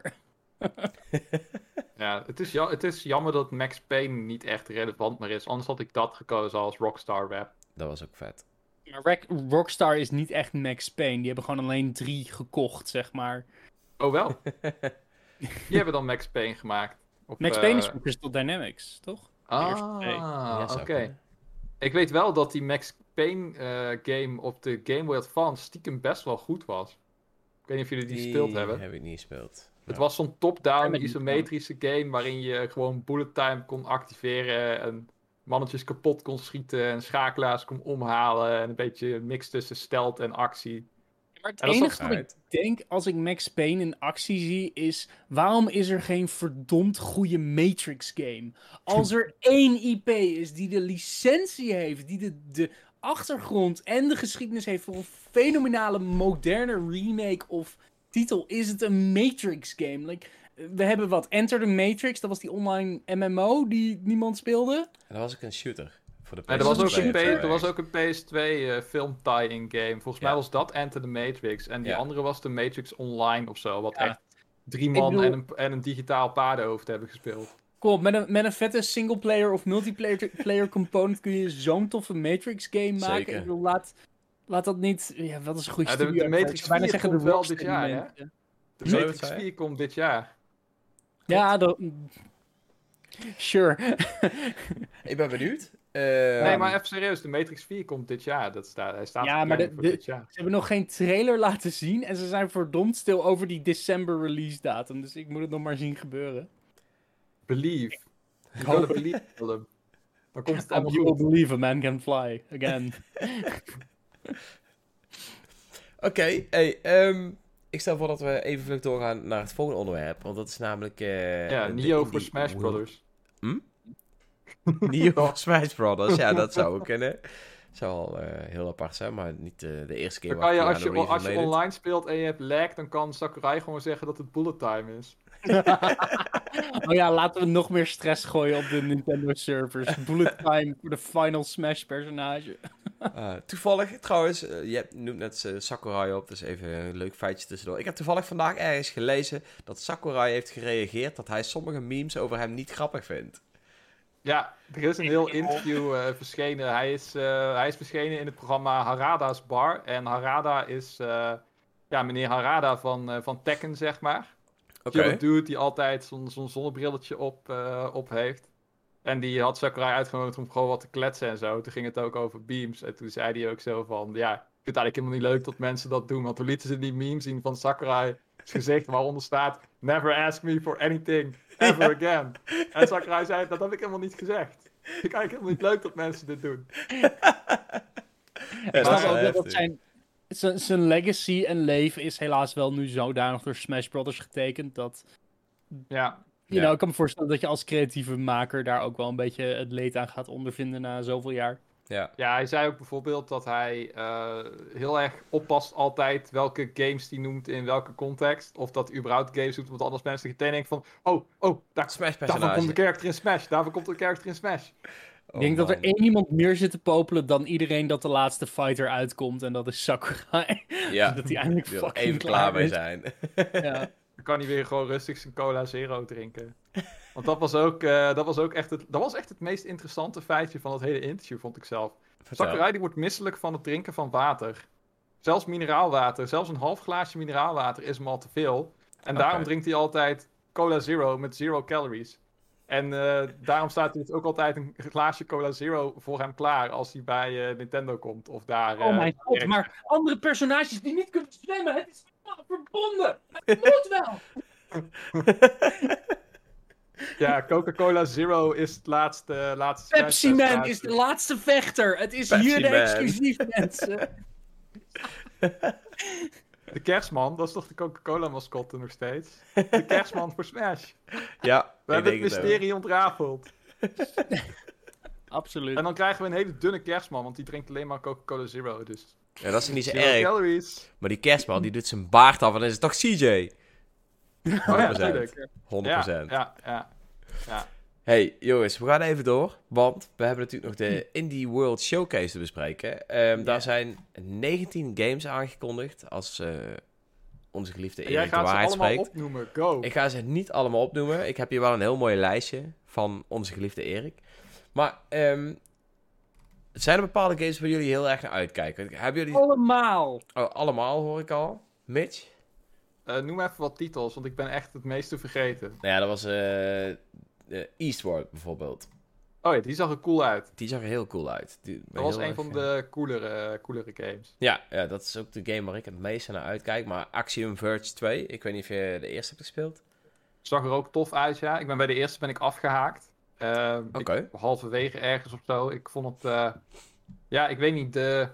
Ja, het is, ja, het is jammer dat Max Payne niet echt relevant meer is. Anders had ik dat gekozen als Rockstar Web. Dat was ook vet. Maar Rockstar is niet echt Max Payne. Die hebben gewoon alleen drie gekocht, zeg maar. Oh wel? Die hebben dan Max Payne gemaakt. Of, Max uh... Payne is van Crystal Dynamics, toch? Ah, eerste twee. Ja, zou oké. kunnen. Ik weet wel dat die Max Payne eh, game op de Game Boy Advance stiekem best wel goed was. Ik weet niet of jullie die, gespeeld hebben. heb ik niet gespeeld. Het Ja. was zo'n top-down Ja, isometrische game waarin je gewoon bullet time kon activeren en mannetjes kapot kon schieten en schakelaars kon omhalen en een beetje een mix tussen stealth en actie. Maar het En dat enige zag wat ik eruit. denk als ik Max Payne in actie zie is... waarom is er geen verdomd goede Matrix game? Als er één I P is die de licentie heeft, die de, de achtergrond en de geschiedenis heeft voor een fenomenale moderne remake of titel, is het een Matrix game. Like, we hebben wat, Enter the Matrix, dat was die online M M O die niemand speelde. En dat was ook een shooter. Voor de En er was ook een, P- PlayStation er was ook een P S twee uh, film tie-in game. Volgens Ja. mij was dat Enter the Matrix. En die Ja. andere was de Matrix Online of zo. Wat Ja. echt drie man bedoel- en, een, en een digitaal paardenhoofd hebben gespeeld. Kom op, met een, met een vette singleplayer of multiplayer player component kun je zo'n toffe Matrix game maken. Zeker. Ik bedoel, laat, laat dat niet... Ja, wat is een goede Ja, de- studio? de Matrix Ik zou bijna vier zeggen, komt de wel Rockstar dit jaar, hè? mensen. De Hm? Matrix Wat zei je? vier komt dit jaar. Ja, dat... Sure. Ik ben benieuwd. Eh, Nee, maar even serieus. De Matrix vier komt dit jaar. Dat staat, hij staat Ja, ja, maar de- voor de- dit jaar. Ze hebben nog geen trailer laten zien en ze zijn verdomd stil over die december release datum. Dus ik moet het nog maar zien gebeuren. Believe. You hoop gotta het. believe, Willem. Dan komt het allemaal You will goed. believe a man can fly. Again. Oké, hey, ehm, ik stel voor dat we even vlug doorgaan naar het volgende onderwerp. Want dat is namelijk... eh, Ja, de Nio indie voor Smash world. Brothers. Nio voor Smash Brothers, ja, dat zou ook kunnen. Zou al eh, heel apart zijn, maar niet eh, de eerste keer Dan kan je, waar als je, Keanu Reeves als je meedoet. online speelt en je hebt lag, dan kan Sakurai gewoon zeggen dat het bullet time is. Oh ja, laten we nog meer stress gooien op de Nintendo servers. Bullet time voor de Final Smash personage. Uh, toevallig, trouwens, uh, je hebt- noemt net uh, Sakurai op, dus even een leuk feitje tussendoor. Ik heb toevallig vandaag ergens gelezen dat Sakurai heeft gereageerd dat hij sommige memes over hem niet grappig vindt. Ja, er is een heel interview uh, verschenen. Hij is, uh, hij is verschenen in het programma Harada's Bar. En Harada is uh, ja, meneer Harada van, uh, van Tekken, zeg maar. Oké. Chill dude die altijd zo'n zo'n zonnebrilletje op, uh, op heeft. En die had Sakurai uitgenodigd om gewoon wat te kletsen en zo. Toen ging het ook over beams. En toen zei hij ook zo van... Ja, ik vind het eigenlijk helemaal niet leuk dat mensen dat doen. Want toen lieten ze die meme zien van Sakurai. Gezicht waaronder staat... Never ask me for anything. Ever again. En Sakurai zei... Dat heb ik helemaal niet gezegd. Ik vind het eigenlijk helemaal niet leuk dat mensen dit doen. Ik dat snap is wel ook wel dat heftig. zijn, zijn, zijn legacy en leven is helaas wel nu zodanig door Smash Brothers getekend dat... Ja. You Ja. know, ik kan me voorstellen dat je als creatieve maker daar ook wel een beetje het leed aan gaat ondervinden na zoveel jaar. Ja. Ja, hij zei ook bijvoorbeeld dat hij uh, heel erg oppast altijd welke games hij noemt in welke context. Of dat hij überhaupt games doet, want anders mensen meteen denken van... Oh, oh, daar, Smash daarvoor personage. komt een character in Smash. Daarvoor komt een character in Smash. Oh, Ik denk dat er man. één iemand meer zit te popelen dan iedereen dat de laatste fighter uitkomt. En dat is Sakurai. Ja, dat hij eindelijk ik wil fucking even klaar mee is. zijn. Ja. Dan kan hij weer gewoon rustig zijn cola zero drinken. Want dat was ook, uh, dat was ook echt, het, dat was echt het meest interessante feitje van het hele interview, vond ik zelf. Vertel. Sakurai die wordt misselijk van het drinken van water. Zelfs mineraalwater, zelfs een half glaasje mineraalwater is hem al te veel. En daarom Oké. drinkt hij altijd cola zero met zero calories. En uh, daarom staat er dus ook altijd een glaasje cola zero voor hem klaar als hij bij uh, Nintendo komt. Of daar, uh, Oh mijn god, werkt. maar andere personages die niet kunnen zwemmen, het is verbonden. Het moet wel. Ja, Coca-Cola Zero is het laatste... laatste Pepsi Man Smash-personage. is de laatste vechter. Het is Pepsi hier de Man. exclusief, mensen. De kerstman, dat is toch de Coca-Cola-mascotte nog steeds? De kerstman voor Smash. Ja, We hebben het denk ook. mysterie ontrafeld. Absoluut. En dan krijgen we een hele dunne kerstman, want die drinkt alleen maar Coca-Cola Zero. Dus Ja, dat is niet zo zero erg. calories. Maar die kerstman, die doet zijn baard af en dan is het toch C J? Oh ja, honderd procent. natuurlijk. honderd procent. Ja, ja, ja. Hey, jongens, we gaan even door. Want we hebben natuurlijk nog de Indie World Showcase te bespreken. Ehm, Ja. Daar zijn negentien games aangekondigd als eh, onze geliefde En jij Erik de gaat ze waarheid allemaal spreekt. opnoemen. Go. Ik ga ze niet allemaal opnoemen. Ik heb hier wel een heel mooi lijstje van onze geliefde Erik. Maar ehm, zijn er bepaalde games waar jullie heel erg naar uitkijken? Hebben jullie... Allemaal. Oh, allemaal hoor ik al. Mitch? Uh, noem even wat titels, want ik ben echt het meeste vergeten. Nou ja, dat was eh, eh, Eastward bijvoorbeeld. Oh ja, die zag er cool uit. Die zag er heel cool uit. Die, Dat was heel een erg, van eh, de coolere, coolere games. Ja, ja, dat is ook de game waar ik het meeste naar uitkijk. Maar Axiom Verge twee, ik weet niet of je de eerste hebt gespeeld. Zag er ook tof uit, ja. Ik ben bij de eerste ben ik afgehaakt. Uh, Oké. Halverwege ergens of zo. Ik vond het... Uh, ja, ik weet niet. De,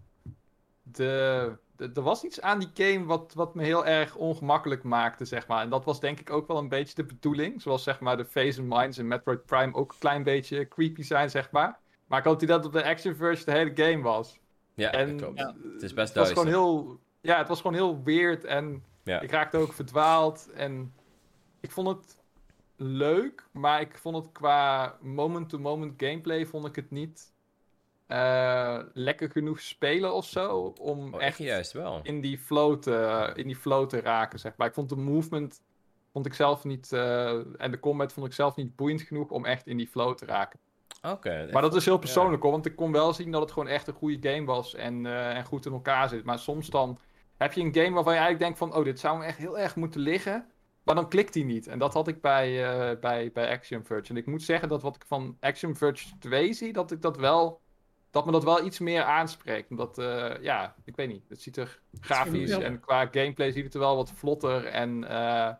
de, de, er was iets aan die game wat, wat me heel erg ongemakkelijk maakte, zeg maar. En dat was denk ik ook wel een beetje de bedoeling. Zoals zeg maar de Phase and Minds in Metroid Prime ook een klein beetje creepy zijn, zeg maar. Maar ik hoopte dat op de Action Verge de hele game was. Ja, en, dat klopt. ja. Het is best het was duister. gewoon heel... Ja, het was gewoon heel weird en Ja. ik raakte ook verdwaald. En ik vond het leuk, maar ik vond het qua moment-to-moment gameplay vond ik het niet uh, lekker genoeg spelen of zo. Om Oh, echt juist wel. in die flow te, in die flow te raken, zeg maar. Ik vond de movement vond ik zelf niet, uh, en de combat vond ik zelf niet boeiend genoeg om echt in die flow te raken. Oké. Okay, maar dat is heel persoonlijk ja. hoor, want ik kon wel zien dat het gewoon echt een goede game was en, uh, en goed in elkaar zit. Maar soms dan heb je een game waarvan je eigenlijk denkt van, oh, dit zou me echt heel erg moeten liggen. Maar dan klikt die niet. En dat had ik bij, uh, bij, bij Axiom Verge. En ik moet zeggen dat wat ik van Axiom Verge twee zie, dat ik dat wel, dat me dat wel iets meer aanspreekt. Omdat, uh, ja, ik weet niet. Het ziet er grafisch Ja. en qua gameplay ziet het er wel wat vlotter en uh,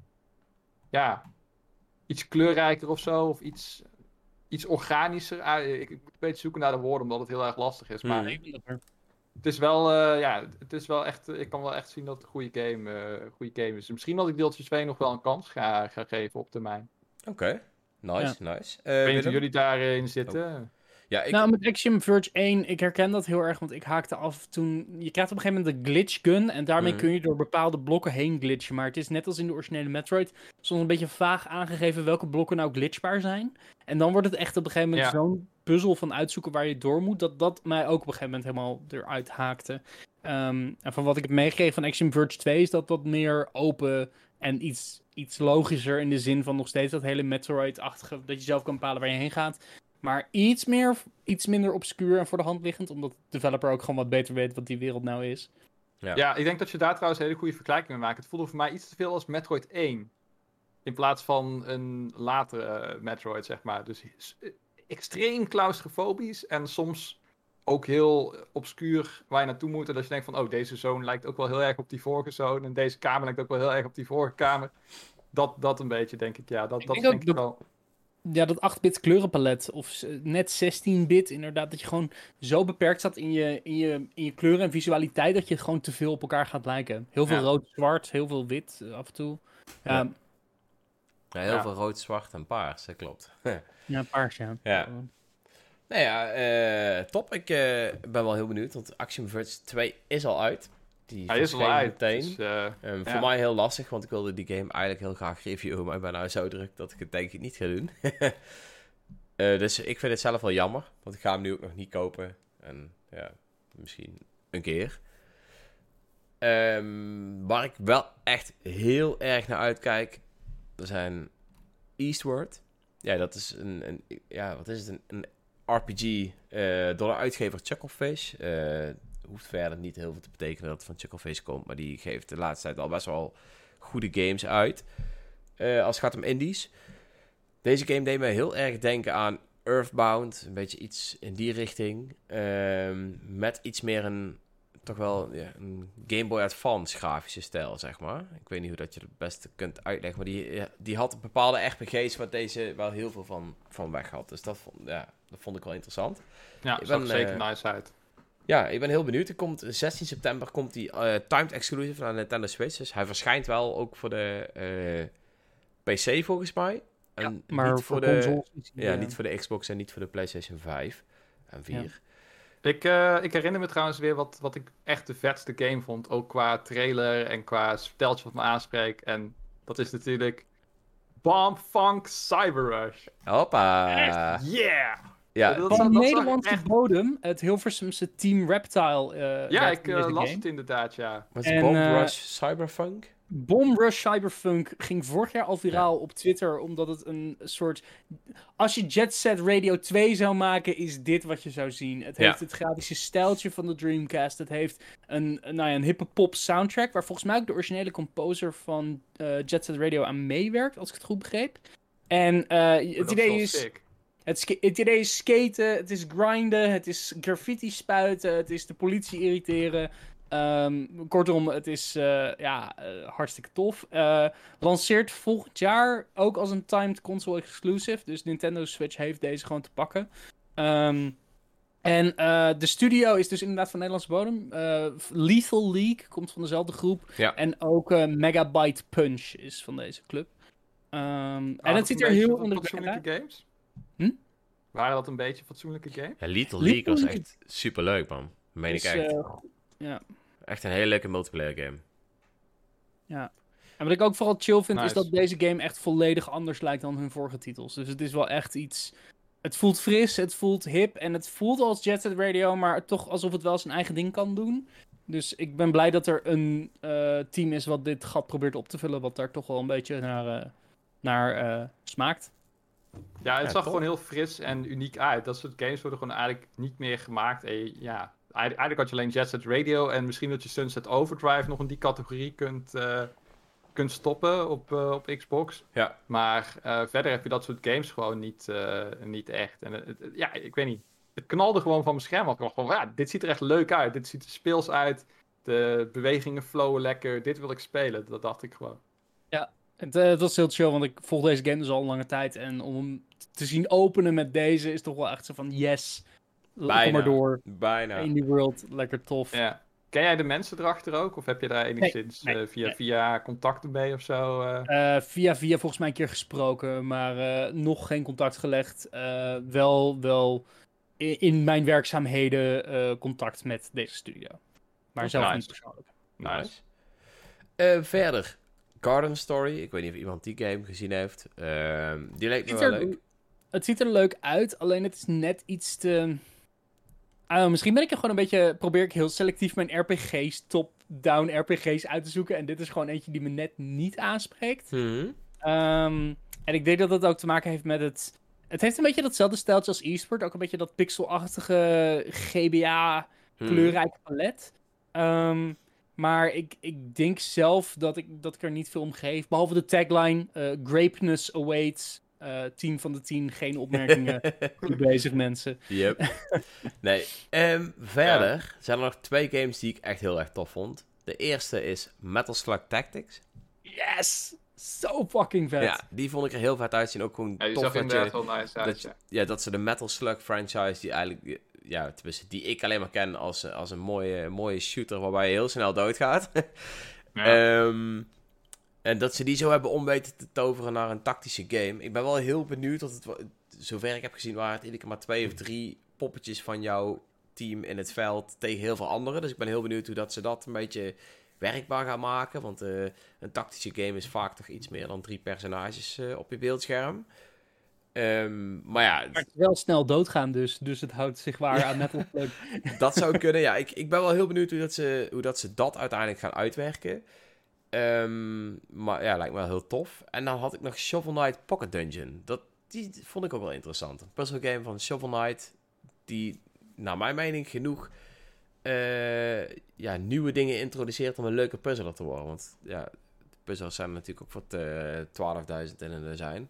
ja, iets kleurrijker of zo. Of iets, iets organischer. Uh, ik, ik moet een beetje zoeken naar de woorden, omdat het heel erg lastig is. Maar Hmm. het is wel, uh, ja, het is wel echt, ik kan wel echt zien dat het een goede game, uh, goede game is. Misschien dat ik deeltje twee nog wel een kans ga, ga geven op termijn. Oké, okay. nice, ja. nice. Uh, ik weet niet hoe jullie daarin zitten. Oh. Ja, ik... Nou, met Axiom Verge één, ik herken dat heel erg, want ik haakte af toen... Je krijgt op een gegeven moment de glitch gun en daarmee mm. kun je door bepaalde blokken heen glitchen. Maar het is net als in de originele Metroid, soms een beetje vaag aangegeven welke blokken nou glitchbaar zijn. En dan wordt het echt op een gegeven moment ja. zo'n puzzel van uitzoeken waar je door moet, dat dat mij ook op een gegeven moment helemaal eruit haakte. Um, en van wat ik heb meegekregen van Axiom Verge twee is dat wat meer open en iets, iets logischer in de zin van nog steeds dat hele Metroid-achtige, dat je zelf kan bepalen waar je heen gaat. Maar iets, meer, iets minder obscuur en voor de hand liggend, omdat de developer ook gewoon wat beter weet wat die wereld nou is. Ja, ja ik denk dat je daar trouwens een hele goede vergelijking mee maakt. Het voelde voor mij iets te veel als Metroid één. In plaats van een latere uh, Metroid, zeg maar. Dus extreem claustrofobisch en soms ook heel obscuur waar je naartoe moet. En dat je denkt van, oh, deze zone lijkt ook wel heel erg op die vorige zone. En deze kamer lijkt ook wel heel erg op die vorige kamer. Dat, dat een beetje, denk ik. Ja, dat, ik dat denk, denk ik dat, wel. Ja, dat acht-bit kleurenpalet, of net zestien-bit inderdaad, dat je gewoon zo beperkt zat in je, in je, in je kleuren en visualiteit, dat je het gewoon te veel op elkaar gaat lijken. Heel veel ja. rood-zwart, heel veel wit af en toe. Ja, ja. ja heel ja. veel rood, zwart en paars, dat klopt. ja, paars, ja. ja. Nou ja, uh, top. Ik uh, ben wel heel benieuwd, want Axiom Verge twee is al uit. Die Hij is al uit. meteen. Dus, uh, um, ja. Voor mij heel lastig, want ik wilde die game eigenlijk heel graag reviewen, maar ik ben nou zo druk dat ik het denk ik niet ga doen. uh, dus ik vind het zelf wel jammer, want ik ga hem nu ook nog niet kopen. En ja, misschien een keer. Um, waar ik wel echt heel erg naar uitkijk, er zijn Eastward. Ja, dat is een, een ja, wat is het, een, een R P G uh, door de uitgever Chucklefish. Uh, hoeft verder niet heel veel te betekenen dat het van Chucklefish komt, maar die geeft de laatste tijd al best wel goede games uit. Uh, als het gaat om indies. Deze game deed me heel erg denken aan Earthbound, een beetje iets in die richting. Uh, met iets meer een, toch wel ja, een Game Boy Advance grafische stijl, zeg maar. Ik weet niet hoe dat je het beste kunt uitleggen, maar die, ja, die had bepaalde R P G's waar deze wel heel veel van, van weg had. Dus dat vond, ja, dat vond ik wel interessant. Ja, dat zag er zeker uh, nice uit. Ja, ik ben heel benieuwd. Er komt zestien september komt die uh, timed exclusive naar Nintendo Switch. Dus hij verschijnt wel ook voor de uh, P C volgens mij. En ja, maar niet voor, voor de consoles, ja, ja, niet voor de Xbox en niet voor de PlayStation vijf en vier. Ja. Ik, uh, ik herinner me trouwens weer wat, wat ik echt de vetste game vond. Ook qua trailer en qua steltje wat me aanspreekt. En dat is natuurlijk Bomb Funk Cyber Rush. Hoppa! Echt, yeah! Ja, dat van Nederlandse echt... bodem, het Hilversumse Team Reptile. Uh, ja, ik uh, las game. het inderdaad, ja. Wat is Bomb Rush Cyberfunk? Bomb Rush Cyberfunk ging vorig jaar al viraal ja. op Twitter, omdat het een soort... Als je Jet Set Radio twee zou maken, is dit wat je zou zien. Het heeft ja. het grafische stijltje van de Dreamcast. Het heeft een, nou ja, een hippe pop soundtrack, waar volgens mij ook de originele composer van uh, Jet Set Radio aan meewerkt, als ik het goed begreep. En uh, het dat idee is... is... Sick. Het, sk- het idee is skaten, het is grinden, het is graffiti spuiten, het is de politie irriteren. Um, kortom, het is uh, ja, uh, hartstikke tof. Uh, lanceert volgend jaar ook als een timed console exclusive. Dus Nintendo Switch heeft deze gewoon te pakken. Um, en uh, de studio is dus inderdaad van Nederlandse bodem. Uh, Lethal League komt van dezelfde groep. Ja. En ook uh, Megabyte Punch is van deze club. Um, en Waren het ziet er heel indrukwekkend uit. uit. Games? Hm? Waren dat een beetje fatsoenlijke games? Ja, Lethal Lethal League was League- echt super leuk, man. Meen ik Dus, echt. uh, ja. Echt een hele leuke multiplayer game. Ja. En wat ik ook vooral chill vind, Nice. is dat deze game echt volledig anders lijkt dan hun vorige titels. Dus het is wel echt iets... Het voelt fris, het voelt hip en het voelt als Jet Set Radio, maar toch alsof het wel zijn eigen ding kan doen. Dus ik ben blij dat er een uh, team is wat dit gat probeert op te vullen, wat daar toch wel een beetje naar, uh, naar uh, smaakt. Ja, het Ja, zag top. gewoon heel fris en uniek uit. Dat soort games worden gewoon eigenlijk niet meer gemaakt. En je- ja, eigenlijk eigenlijk had je alleen Jet Set Radio en misschien dat je Sunset Overdrive nog in die categorie kunt, uh, kunt stoppen op, uh, op Xbox. Ja. Maar uh, verder heb je dat soort games gewoon niet, uh, niet echt. En het, het- ja, ik weet niet. Het knalde gewoon van mijn scherm af. Ik dacht gewoon, ja, dit ziet er echt leuk uit. Dit ziet er speels uit. De bewegingen flowen lekker. Dit wil ik spelen. Dat dacht ik gewoon. Het, uh, het was heel chill, want ik volg deze game dus al een lange tijd. En om hem te zien openen met deze is toch wel echt zo van yes. L- Bijna. Kom maar door. Bijna. Indie World, lekker tof. Ja. Ken jij de mensen erachter ook? Of heb je daar enigszins nee, uh, via, nee. via contacten mee of zo? Uh? Uh, via via volgens mij een keer gesproken, maar uh, nog geen contact gelegd. Uh, wel wel in, in mijn werkzaamheden uh, contact met deze studio. Maar Oh, zelf nice. niet persoonlijk. Nice. Uh, verder. Garden Story. Ik weet niet of iemand die game gezien heeft. Uh, die leek me Het wel ziet, er, leuk. het ziet er leuk uit, alleen het is net iets te... Uh, misschien ben ik er gewoon een beetje... Probeer ik heel selectief mijn R P G's, top-down R P G's uit te zoeken. En dit is gewoon eentje die me net niet aanspreekt. Mhm. Um, en ik denk dat dat ook te maken heeft met het... Het heeft een beetje datzelfde stijltje als eSport. Ook een beetje dat pixelachtige G B A Mhm. kleurrijke palet. Um, maar ik, ik denk zelf dat ik, dat ik er niet veel om geef. Behalve de tagline, uh, Grapeness awaits. Uh, tien van de tien, geen opmerkingen. Goed bezig, mensen. Yep. Nee. Um, verder zijn er nog twee games die ik echt heel erg tof vond. De eerste is Metal Slug Tactics. Yes! Zo fucking vet. Ja, die vond ik er heel vet uitzien. Ook gewoon Ja, die tof zag dat inderdaad je, wel nice uit. dat, Ja. ja, dat ze de Metal Slug franchise, die eigenlijk, ja, tenminste, die ik alleen maar ken als, als een mooie, mooie shooter waarbij je heel snel doodgaat. Ja. um, en dat ze die zo hebben om weten te toveren naar een tactische game. Ik ben wel heel benieuwd, dat het, wa- zover ik heb gezien, waren het iedere keer maar twee of drie poppetjes van jouw team in het veld tegen heel veel anderen. Dus ik ben heel benieuwd hoe dat ze dat een beetje werkbaar gaan maken. Want uh, een tactische game is vaak toch iets meer dan drie personages uh, op je beeldscherm. Um, maar ja, Maar het is wel snel doodgaan dus. Dus het houdt zich waar aan Metal Slug. dat zou kunnen. Ja, ik, ik ben wel heel benieuwd hoe dat ze, hoe dat, ze dat uiteindelijk gaan uitwerken. Um, maar ja, lijkt me wel heel tof. En dan had ik nog Shovel Knight Pocket Dungeon. Dat, die vond ik ook wel interessant. Een puzzle game van Shovel Knight. Die, naar mijn mening, genoeg uh, ja, nieuwe dingen introduceert om een leuke puzzler te worden. Want ja, de puzzels zijn er natuurlijk ook wat uh, twaalfduizend in een dozijn.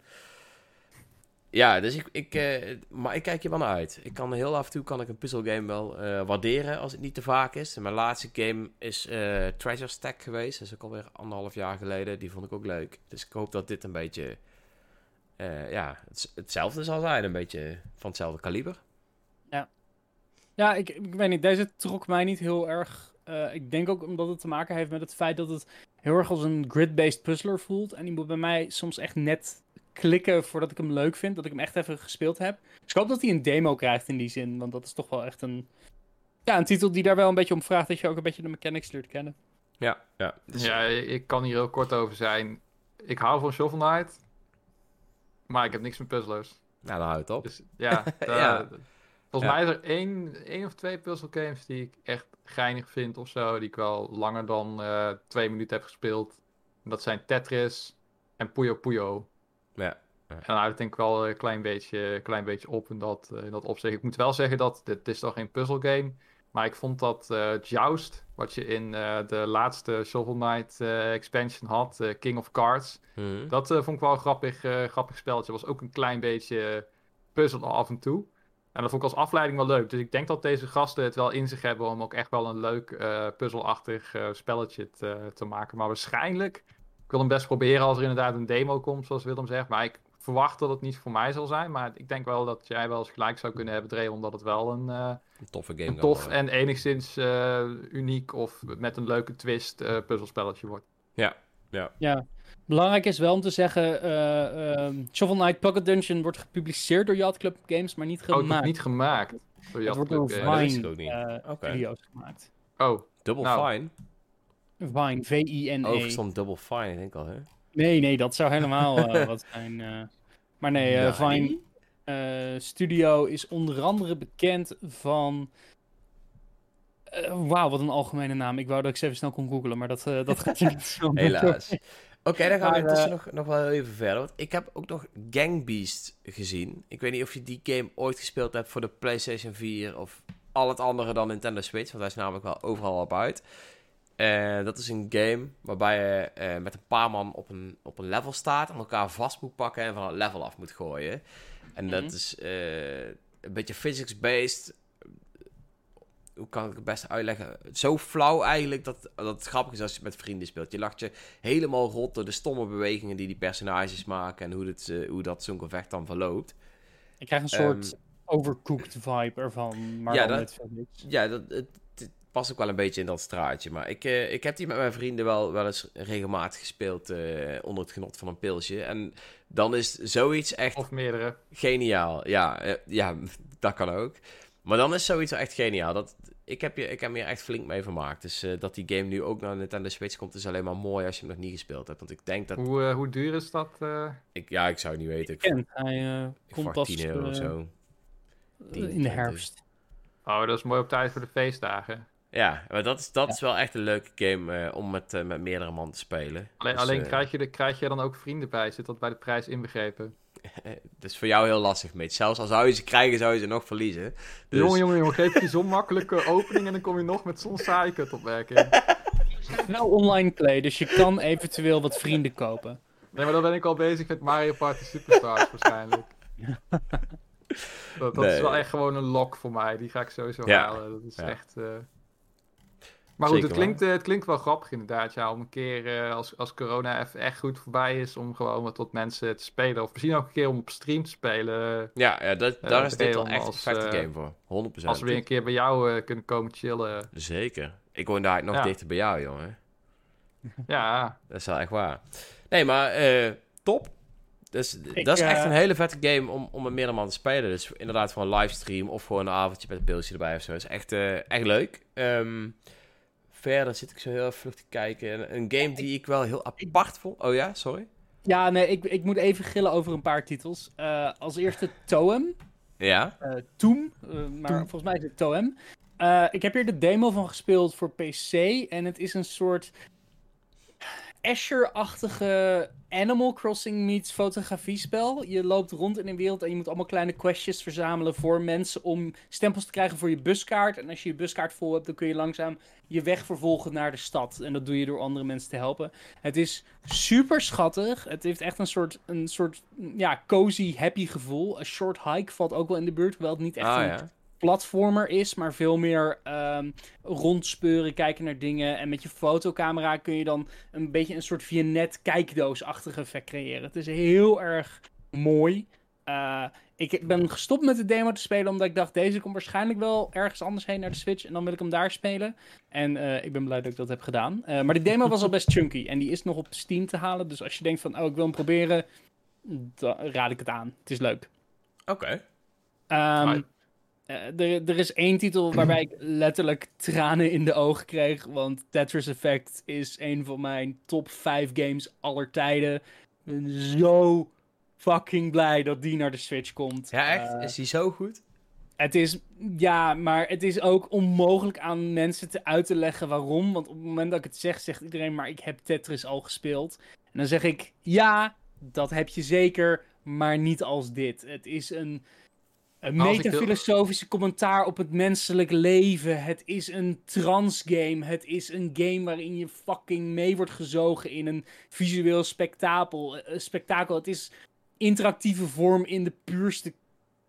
Ja, dus ik, ik, uh, maar ik kijk je wel naar uit. Ik kan heel af en toe kan ik een puzzelgame wel uh, waarderen als het niet te vaak is. En mijn laatste game is uh, Treasure Stack geweest. Dat is ook alweer anderhalf jaar geleden. Die vond ik ook leuk. Dus ik hoop dat dit een beetje uh, ja, het, hetzelfde zal zijn. Een beetje van hetzelfde kaliber. Ja, ja ik, ik weet niet. Deze trok mij niet heel erg. Uh, ik denk ook omdat het te maken heeft met het feit dat het heel erg als een grid-based puzzler voelt. En die moet bij mij soms echt net klikken voordat ik hem leuk vind. Dat ik hem echt even gespeeld heb. Dus ik hoop dat hij een demo krijgt in die zin. Want dat is toch wel echt een... Ja, een titel die daar wel een beetje om vraagt. Dat je ook een beetje de mechanics leert kennen. Ja, ja. Dus... ja, ik kan hier heel kort over zijn. Ik hou van Shovel Knight. Maar ik heb niks met puzzlers. Nou, dan houdt het op. Dus ja, da, ja. volgens ja. mij is er één, één of twee puzzelgames die ik echt geinig vind of zo. Die ik wel langer dan uh, twee minuten heb gespeeld. En dat zijn Tetris en Puyo Puyo. Ja. Ja. En dan houdt het denk ik wel een klein beetje, klein beetje op in dat, in dat opzicht. Ik moet wel zeggen dat dit is toch geen puzzelgame. Maar ik vond dat uh, Joust, wat je in uh, de laatste Shovel Knight uh, expansion had, uh, King of Cards. Hmm. Dat uh, vond ik wel een grappig, uh, grappig spelletje. Was ook een klein beetje puzzelen af en toe. En dat vond ik als afleiding wel leuk. Dus ik denk dat deze gasten het wel in zich hebben om ook echt wel een leuk uh, puzzelachtig uh, spelletje te, te maken. Maar waarschijnlijk, ik wil hem best proberen als er inderdaad een demo komt, zoals Willem zegt. Maar ik verwacht dat het niet voor mij zal zijn. Maar ik denk wel dat jij wel eens gelijk zou kunnen hebben, Dre, omdat het wel een, uh, een toffe game een tof en enigszins uh, uniek of met een leuke twist uh, puzzelspelletje wordt. Ja, ja. Ja. Belangrijk is wel om te zeggen, uh, uh, Shovel Knight Pocket Dungeon wordt gepubliceerd door Yacht Club Games, maar niet gemaakt. Oh, het wordt niet gemaakt door Yacht Het Club wordt door Games. Vine ook niet. uh, okay. video's gemaakt. Oh. Double nou. Fine? Vine, V I N E. Oh, stond Double Fine, ik denk al, hè? Nee, nee, dat zou helemaal uh, wat zijn. Uh... Maar nee, uh, Vine uh, Studio is onder andere bekend van... Uh, Wauw, wat een algemene naam. Ik wou dat ik ze even snel kon googlen, maar dat, uh, dat gaat er niet zo. Helaas. Oké, okay, dan gaan maar, we intussen uh... nog, nog wel even verder. Want ik heb ook nog Gang Beasts gezien. Ik weet niet of je die game ooit gespeeld hebt voor de PlayStation vier of al het andere dan Nintendo Switch. Want hij is namelijk wel overal op uit. Uh, dat is een game waarbij je uh, met een paar man op een, op een level staat en elkaar vast moet pakken en van het level af moet gooien. En mm-hmm. dat is uh, een beetje physics-based. Hoe kan ik het best uitleggen? Zo flauw eigenlijk dat, dat het grappig is als je het met vrienden speelt. Je lacht je helemaal rot door de stomme bewegingen die die personages maken en hoe, dit, uh, hoe dat zo'n gevecht dan verloopt. Ik krijg een soort um, overcooked vibe ervan, maar ja, dan dat, met niks. Ja, dat, het, het past ook wel een beetje in dat straatje. Maar ik, uh, ik heb die met mijn vrienden wel, wel eens regelmatig gespeeld uh, onder het genot van een pilsje. En dan is zoiets echt... Of meerdere. Geniaal. Ja, uh, ja, dat kan ook. Maar dan is zoiets echt geniaal. Dat, ik, heb je, ik heb me hier echt flink mee vermaakt. Dus uh, dat die game nu ook naar Nintendo Switch komt, is alleen maar mooi als je hem nog niet gespeeld hebt. Want ik denk dat... Hoe, uh, hoe duur is dat? Uh... Ik, ja, ik zou het niet weten. Ik, ken. Hij uh, ik komt pas pas tien euro uh, of zo. tien, in de herfst. Oh, dat is mooi op tijd voor de feestdagen. Ja, maar dat is, dat ja. is wel echt een leuke game uh, om met, uh, met meerdere man te spelen. Alleen, dus, alleen uh, krijg, je de, krijg je dan ook vrienden bij? Zit dat bij de prijs inbegrepen? Dat is voor jou heel lastig, mate. Zelfs als zou je ze krijgen, zou je ze nog verliezen. Dus... Jongen, jongen, jongen. Geef je zo'n makkelijke opening en dan kom je nog met zo'n saaie kutopmerking. Nou, online play, dus je kan eventueel wat vrienden kopen. Nee, maar dan ben ik al bezig met Mario Party Superstars waarschijnlijk. Dat, dat nee. is wel echt gewoon een lock voor mij. Die ga ik sowieso ja. halen. Dat is ja. echt... Uh... Maar goed, het klinkt, uh, het klinkt wel grappig inderdaad, ja, om een keer uh, als, als corona even echt goed voorbij is, om gewoon wat tot mensen te spelen. Of misschien ook een keer om op stream te spelen. Ja, ja dat, uh, daar is dit wel echt als, een vette uh, game voor. honderd procent. Als we weer een keer bij jou uh, kunnen komen chillen. Zeker. Ik woon daar nog ja. dichter bij jou, jongen. Ja. Dat is wel echt waar. Nee, maar uh, top. Dus, ik, dat is echt uh... een hele vette game om, om met meerdere man te spelen. Dus inderdaad voor een livestream of voor een avondje met een pilsje erbij of zo. Dat is echt, uh, echt leuk. Um, Verder zit ik zo heel vlug te kijken. Een game die ik wel heel apart vond. Oh ja, sorry. Ja, nee, ik, ik moet even gillen over een paar titels. Uh, als eerste Toem. Ja. Uh, Toem, uh, maar Toem. Volgens mij is het Toem. Uh, ik heb hier de demo van gespeeld voor P C. En het is een soort Azure-achtige Animal Crossing meets fotografiespel. Je loopt rond in een wereld en je moet allemaal kleine questjes verzamelen voor mensen om stempels te krijgen voor je buskaart. En als je je buskaart vol hebt, dan kun je langzaam je weg vervolgen naar de stad. En dat doe je door andere mensen te helpen. Het is super schattig. Het heeft echt een soort, een soort ja, cozy, happy gevoel. Een short hike valt ook wel in de buurt, hoewel het niet echt ah, een ja. platformer is, maar veel meer um, rondspeuren, kijken naar dingen. En met je fotocamera kun je dan een beetje een soort Vianet kijkdoosachtig effect creëren. Het is heel erg mooi. Uh, ik ben gestopt met de demo te spelen, omdat ik dacht, deze komt waarschijnlijk wel ergens anders heen naar de Switch. En dan wil ik hem daar spelen. En uh, ik ben blij dat ik dat heb gedaan. Uh, maar de demo was al best chunky. En die is nog op Steam te halen. Dus als je denkt van, oh, ik wil hem proberen, dan raad ik het aan. Het is leuk. Oké. Okay. Um, Uh, er, er is één titel waarbij ik letterlijk tranen in de ogen kreeg. Want Tetris Effect is een van mijn top vijf games aller tijden. Ik ben zo fucking blij dat die naar de Switch komt. Ja, echt? Uh, is die zo goed? Het is, ja, maar het is ook onmogelijk aan mensen te uit te leggen waarom. Want op het moment dat ik het zeg, zegt iedereen, maar ik heb Tetris al gespeeld. En dan zeg ik, ja, dat heb je zeker, maar niet als dit. Het is een... Een metafilosofische commentaar op het menselijk leven. Het is een transgame. Het is een game waarin je fucking mee wordt gezogen in een visueel spektakel. Uh, spektakel. Het is interactieve vorm in de puurste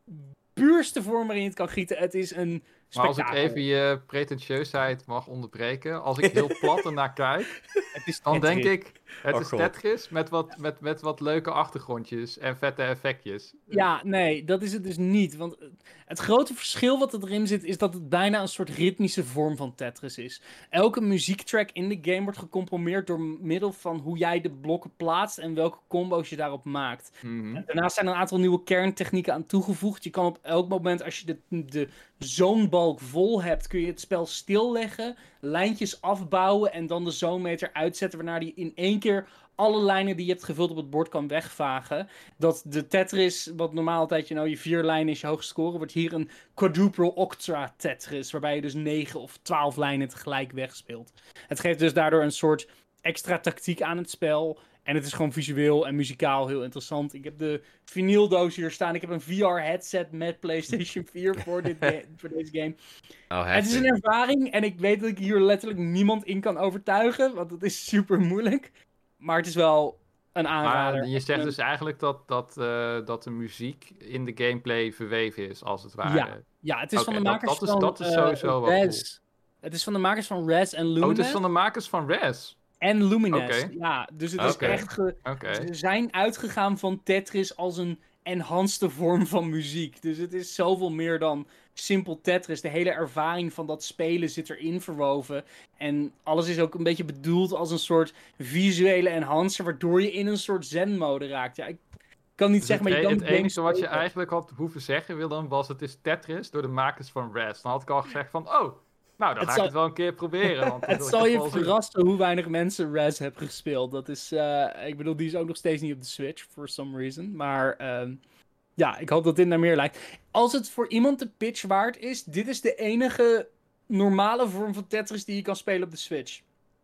puurste vorm waarin je het kan gieten. Het is een Maar spektakel. als ik even je pretentieusheid mag onderbreken. Als ik heel plat ernaar kijk, Het is dan denk Tetris. ik... Het Oh, is God. Tetris met wat, met, met wat leuke achtergrondjes en vette effectjes. Ja, nee, dat is het dus niet. Want het grote verschil wat erin zit, is dat het bijna een soort ritmische vorm van Tetris is. Elke muziektrack in de game wordt gecomponeerd door middel van hoe jij de blokken plaatst en welke combo's je daarop maakt. Mhm. En daarnaast zijn er een aantal nieuwe kerntechnieken aan toegevoegd. Je kan op elk moment, als je de, de zoonbalk vol hebt, kun je het spel stilleggen, lijntjes afbouwen en dan de zoonmeter uitzetten, waarna die in één keer alle lijnen die je hebt gevuld op het bord kan wegvagen. Dat de Tetris, wat normaal altijd je, nou, je vier lijnen is je hoogste score, wordt hier een quadruple octa Tetris, waarbij je dus negen of twaalf lijnen tegelijk wegspeelt. Het geeft dus daardoor een soort extra tactiek aan het spel. En het is gewoon visueel en muzikaal heel interessant. Ik heb de vinyldoos hier staan. Ik heb een V R-headset met PlayStation vier voor, dit ga- voor deze game. Oh, Het is een heftig. ervaring en ik weet dat ik hier letterlijk niemand in kan overtuigen. Want het is super moeilijk. Maar het is wel een aanrader. Maar je zegt En, dus eigenlijk dat, dat, eh, dat de muziek in de gameplay verweven is, als het ware. ja, het is Oké, van de dat- makers dat is- van dat is eh, sowieso wel Rez. Het is van de makers van Rez en Oh, Lumines. het is van de makers van Rez. En Lumines. Oké. Ja, dus het is Oké. echt... Ge- Oké. Ze zijn uitgegaan van Tetris als een enhanced vorm van muziek. Dus het is zoveel meer dan simpel Tetris. De hele ervaring van dat spelen zit erin verwoven. En alles is ook een beetje bedoeld als een soort visuele enhancer, waardoor je in een soort zen-mode raakt. Ja, ik kan niet Dus zeggen, het, maar je e- kan het die game enige wat je spelen. eigenlijk had hoeven zeggen, Willem, was het is Tetris door de makers van Rez. Dan had ik al gezegd van, oh, nou, dan Het ga zal- ik het wel een keer proberen. Want dat Het wil ik zal toch je wel zien. verrassen hoe weinig mensen Rez hebben gespeeld. Dat is, eh, ik bedoel, die is ook nog steeds niet op de Switch, for some reason. Maar ehm, ja, ik hoop dat dit naar meer lijkt. Als het voor iemand de pitch waard is, dit is de enige normale vorm van Tetris die je kan spelen op de Switch.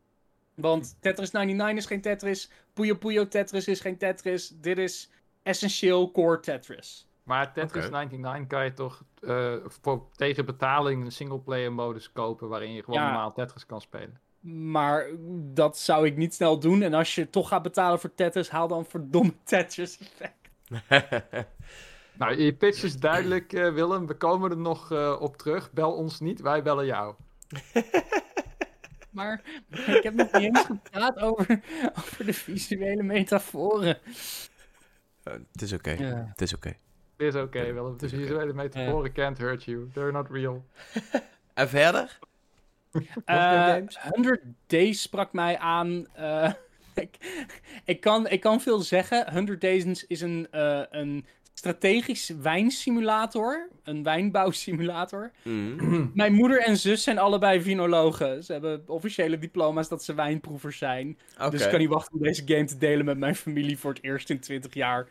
Want Tetris negenennegentig is geen Tetris, Puyo Puyo Tetris is geen Tetris. Dit is essentieel core Tetris. Maar Tetris Oké. negenennegentig kan je toch eh, voor, tegen betaling een singleplayer modus kopen waarin je gewoon Ja. normaal Tetris kan spelen. Maar dat zou ik niet snel doen. En als je toch gaat betalen voor Tetris, haal dan verdomme Tetris effect. Nou, je pitch is duidelijk, eh, Willem. We komen er nog eh, op terug. Bel ons niet, wij bellen jou. Maar ik heb nog niet eens gepraat over, over de visuele metaforen. Eh, het is oké. Ja. Het is oké. Het is oké, Ja, Willem. het De is oké. visuele metaforen can't hurt you. They're not real. En verder? Eh, games? honderd Days sprak mij aan. eh, ik, ik, kan, ik kan veel zeggen. honderd Days is een, eh, een strategisch wijnsimulator. Een wijnbouwsimulator. Mhm. Mijn moeder en zus zijn allebei vinologen. Ze hebben officiële diploma's dat ze wijnproevers zijn. Oké. Dus ik kan niet wachten om deze game te delen met mijn familie voor het eerst in twintig jaar.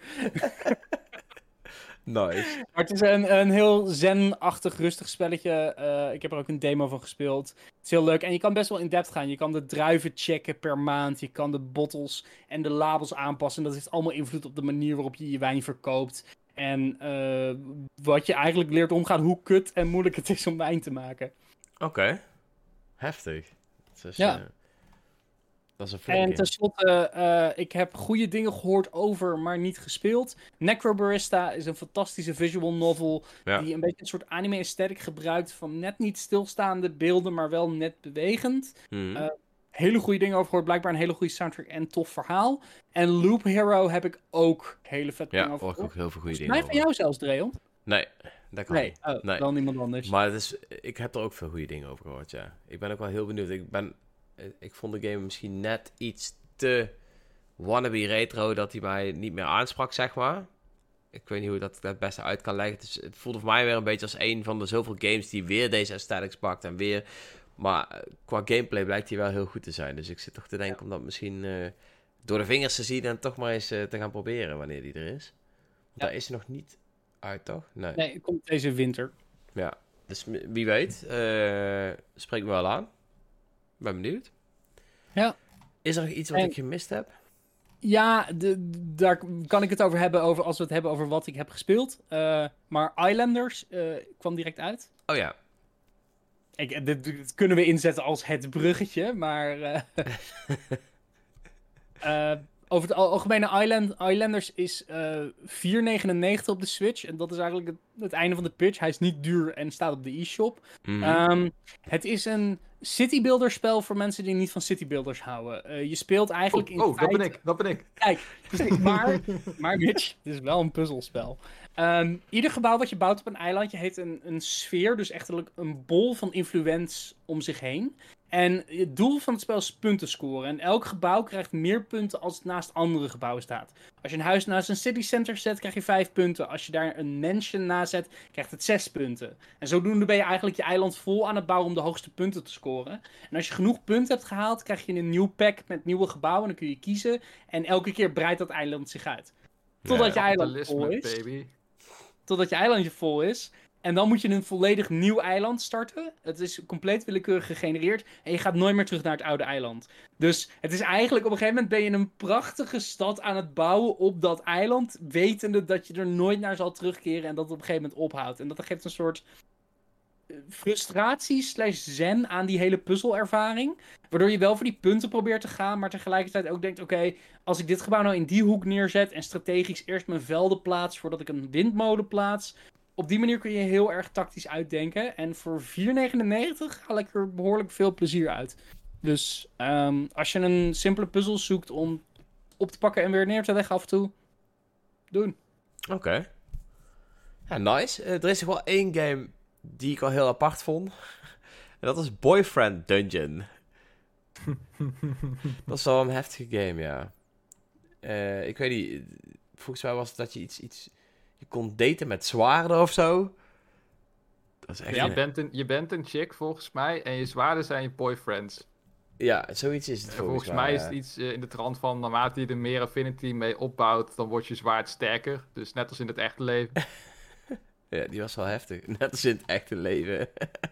Nice. Maar het is een, een heel zen-achtig, rustig spelletje. Eh, ik heb er ook een demo van gespeeld. Het is heel leuk. En je kan best wel in-depth gaan. Je kan de druiven checken per maand. Je kan de bottles en de labels aanpassen. En dat heeft allemaal invloed op de manier waarop je je wijn verkoopt. En eh, wat je eigenlijk leert omgaan, hoe kut en moeilijk het is om wijn te maken. Oké. Heftig. Dat is, Ja. eh, dat is een En flinke. tenslotte, eh ik heb goede dingen gehoord over, maar niet gespeeld. Necrobarista is een fantastische visual novel. Ja. Die een beetje een soort anime-aesthetic gebruikt. Van net niet stilstaande beelden, maar wel net bewegend. Mhm. eh, Hele goede dingen over gehoord. Blijkbaar een hele goede soundtrack en tof verhaal. En Loop Hero heb ik ook hele vet dingen ja, over hoor ik gehoord. ook heel veel goede Volgens dingen mij van over. jou zelfs, Dreon. Nee, dat kan Nee, niet. oh, Nee. dan iemand anders. Maar het is, ik heb er ook veel goede dingen over gehoord, ja. Ik ben ook wel heel benieuwd. Ik, ben, ik vond de game misschien net iets te wannabe retro dat hij mij niet meer aansprak, zeg maar. Ik weet niet hoe ik dat het beste uit kan leggen. Het, is, het voelde voor mij weer een beetje als een van de zoveel games die weer deze aesthetics pakt en weer... Maar eh, qua gameplay blijkt hij wel heel goed te zijn. Dus ik zit toch te denken om dat misschien eh, door de vingers te zien en toch maar eens eh, te gaan proberen wanneer die er is. Want Ja. daar is hij nog niet uit, toch? Nee. Nee, het komt deze winter. Ja, dus m- wie weet, eh spreek me wel aan. Ben benieuwd. Ja. Is er nog iets wat En- ik gemist heb? Ja, de, daar kan ik het over hebben over, als we het hebben over wat ik heb gespeeld. Eh, maar Islanders eh, kwam direct uit. Oh ja. Ik, dit, dit kunnen we inzetten als het bruggetje, maar... eh, eh, over het al- algemene Island, Islanders is eh vier negenennegentig op de Switch. En dat is eigenlijk het, het einde van de pitch. Hij is niet duur en staat op de e-shop. Mhm. Ehm, het is een citybuilder spel voor mensen die niet van citybuilders houden. Eh, je speelt eigenlijk Oh, in oh dat feite... ben ik, dat ben ik. Kijk, dus- maar, maar Mitch, het is wel een puzzelspel. Ehm, ieder gebouw wat je bouwt op een eilandje heeft een, een sfeer, dus echt een bol van influence om zich heen. En het doel van het spel is punten scoren. En elk gebouw krijgt meer punten als het naast andere gebouwen staat. Als je een huis naast een city center zet, krijg je vijf punten. Als je daar een mansion naast zet, krijgt het zes punten. En zodoende ben je eigenlijk je eiland vol aan het bouwen om de hoogste punten te scoren. En als je genoeg punten hebt gehaald, krijg je een nieuw pack met nieuwe gebouwen. En dan kun je kiezen. En elke keer breidt dat eiland zich uit. Totdat je eiland vol Kapitalisme, is. baby. Totdat je eilandje vol is. En dan moet je een volledig nieuw eiland starten. Het is compleet willekeurig gegenereerd. En je gaat nooit meer terug naar het oude eiland. Dus het is eigenlijk, op een gegeven moment ben je een prachtige stad aan het bouwen op dat eiland. Wetende dat je er nooit naar zal terugkeren en dat het op een gegeven moment ophoudt. En dat geeft een soort frustratie slash zen aan die hele puzzelervaring. Waardoor je wel voor die punten probeert te gaan, maar tegelijkertijd ook denkt, oké, okay, als ik dit gebouw nou in die hoek neerzet en strategisch eerst mijn velden plaats voordat ik een windmolen plaats. Op die manier kun je heel erg tactisch uitdenken. En voor vier negenennegentig haal ik er behoorlijk veel plezier uit. Dus um, als je een simpele puzzel zoekt om op te pakken en weer neer te leggen af en toe, doen. Oké. Okay. Ja, nice. Uh, er is nog wel één game die ik al heel apart vond. En dat is Boyfriend Dungeon. Dat is wel een heftige game, ja. Uh, ik weet niet, volgens mij was het dat je iets... iets je kon daten met zwaarden of zo. Dat is echt... Ja, een... je, bent een, je bent een chick volgens mij en je zwaarden zijn je boyfriends. Ja, zoiets is het en volgens, volgens mij. mij is het iets uh, in de trant van, naarmate je er meer affinity mee opbouwt, dan wordt je zwaard sterker. Dus net als in het echte leven. Ja, die was wel heftig. Net als in het echte leven.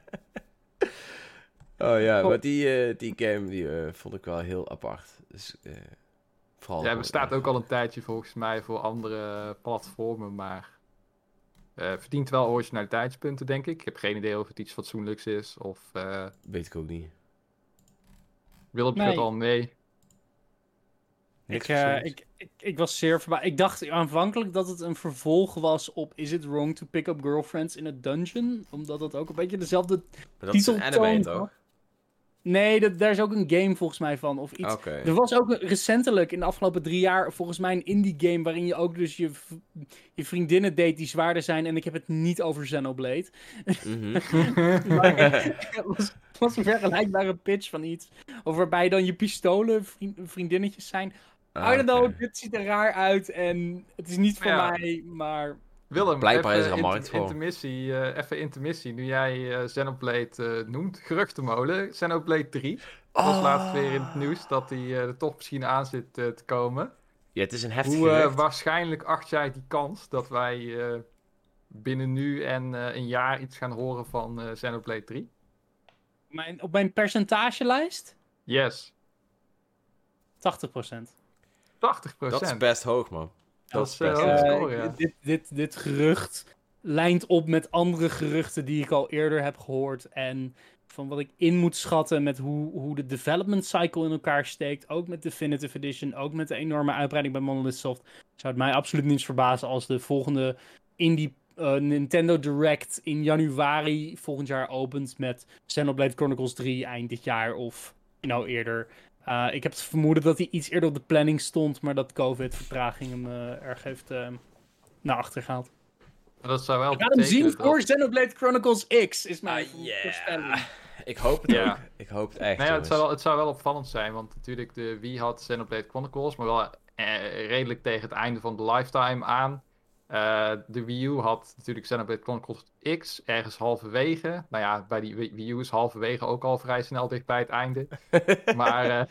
Oh ja, maar die, uh, die game die, uh, vond ik wel heel apart. Dus, uh, vooral ja, bestaat ook al een tijdje volgens mij voor andere platformen, maar uh, verdient wel originaliteitspunten, denk ik. Ik heb geen idee of het iets fatsoenlijks is of... Uh... Weet ik ook niet. Willem nee. al nee. Ik, uh, ik, ik, ik was zeer verbaasd. Ik dacht aanvankelijk dat het een vervolg was op Is It Wrong to Pick Up Girlfriends in a Dungeon? Omdat het ook een beetje dezelfde maar dat is een anime, toch? Nee, dat, daar is ook een game volgens mij van. Of iets. Okay. Er was ook recentelijk in de afgelopen drie jaar volgens mij een indie game waarin je ook dus je, je vriendinnen date die zwaarder zijn. En ik heb het niet over Xenoblade. Mm-hmm. Maar het was, was een vergelijkbare pitch van iets. Of waarbij dan je pistolen vriend, vriendinnetjes zijn. Ah, I don't know, okay. dit ziet er raar uit en het is niet voor ja. mij, maar... Willem, blijkbaar even is er een markt inter- voor. Intermissie, uh, even intermissie. Nu jij uh, Xenoblade uh, noemt, geruchtenmolen, Xenoblade drie. Het was oh. laatst weer in het nieuws dat die uh, er toch misschien aan zit uh, te komen. Ja, het is een heftig Hoe uh, gerucht. waarschijnlijk acht jij die kans dat wij uh, binnen nu en uh, een jaar iets gaan horen van uh, Xenoblade drie? Mijn, op mijn percentagelijst? Yes. tachtig procent. tachtig procent? Dat is best hoog, man. Dat, Dat is is best uh, hoog. uh, score, ja. dit, dit, dit gerucht lijnt op met andere geruchten die ik al eerder heb gehoord. En van wat ik in moet schatten met hoe, hoe de development cycle in elkaar steekt. Ook met Definitive Edition, ook met de enorme uitbreiding bij Monolith Soft. Zou het mij absoluut niets verbazen als de volgende indie uh, Nintendo Direct in januari volgend jaar opent met Xenoblade Chronicles drie eind dit jaar of nou eerder. Uh, ik heb het vermoeden dat hij iets eerder op de planning stond, maar dat COVID-vertraging hem uh, erg heeft uh, naar achter gehaald. Maar dat zou wel We gaan hem zien dat... voor Xenoblade Chronicles X, is mijn Ah, yeah. voorspelling. Ik hoop het Ja. ook. Ik hoop het echt, Nou ja, het, jongens. zou wel, het zou wel opvallend zijn, want natuurlijk de Wii had Xenoblade Chronicles, maar wel eh, redelijk tegen het einde van de lifetime aan. Uh, de Wii U had natuurlijk Xenoblade Chronicles X, ergens halverwege. Nou ja, bij die Wii U is halverwege ook al vrij snel dicht bij het einde. maar,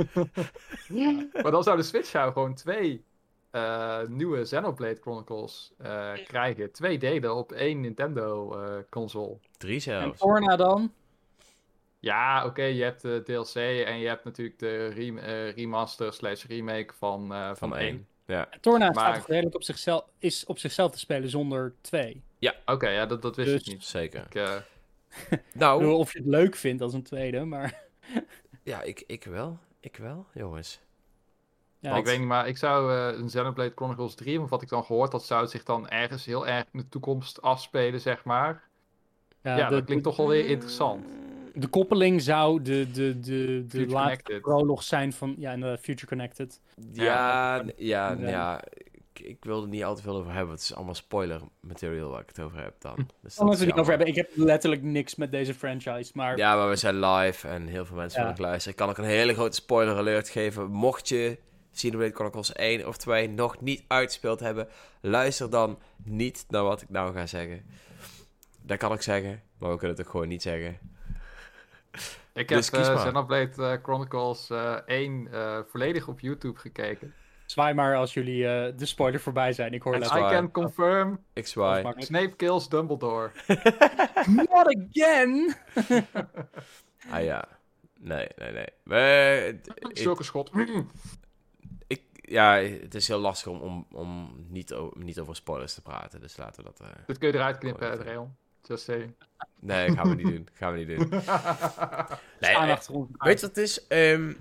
uh, maar dan zou de Switch zou gewoon twee uh, nieuwe Xenoblade Chronicles uh, krijgen. Twee delen op één Nintendo uh, console. Drie En zelfs. Torna dan? Ja, oké, okay, je hebt de D L C en je hebt natuurlijk de rem- uh, remaster slash remake van, uh, van, Van één. één. Ja. Torna Maar- staat toch redelijk op zichzelf, is op zichzelf te spelen zonder twee. Oké, okay, ja, dat, dat wist Dus- ik niet. Zeker. Ik, uh, Ik Nou, bedoel, of je het leuk vindt als een tweede, maar... ja, ik, ik wel. Ik wel, jongens. Ja, ik Want- weet niet, maar ik zou uh, een Xenoblade Chronicles drie, of wat ik dan gehoord had, zou het zich dan ergens heel erg in de toekomst afspelen, zeg maar. ja, Ja, de, dat klinkt de, toch wel weer interessant. de koppeling zou de, de, de, de Future laatste Connected. prolog zijn van... Ja, inderdaad, Future Connected. Ja, Ja. n- ja, Ja. ja. Ik, ik wil er niet al te veel over hebben. Het is allemaal spoiler material waar ik het over heb dan. Dus Daar dat gaan we is het niet over jammer. hebben. Ik heb letterlijk niks met deze franchise, maar... Ja, maar we zijn live en heel veel mensen Ja. willen ook luisteren. Ik kan ook een hele grote spoiler alert geven. Mocht je Xenoblade Chronicles één of twee nog niet uitgespeeld hebben, luister dan niet naar wat ik nou ga zeggen. Dat kan ik zeggen, maar we kunnen het ook gewoon niet zeggen. Ik Dus heb kies uh, maar. Xenoblade uh, Chronicles uh, één uh, volledig op YouTube gekeken. Zwaai maar als jullie uh, de spoiler voorbij zijn. Ik hoor And letterlijk... I can confirm, Ik zwaai. makkelijk. Snape kills Dumbledore. Not again! Ah ja. Nee, nee, nee. Maar, ik, Zulke schot. ik, ja, het is heel lastig om, om, om niet, o- niet over spoilers te praten. Dus laten we dat... Uh... Dit kun je eruit knippen, uh, Rail. Just saying. Nee, gaan we niet doen. Gaan we niet doen. Nee, Staan eh, achter ons. weet je wat het is? Um,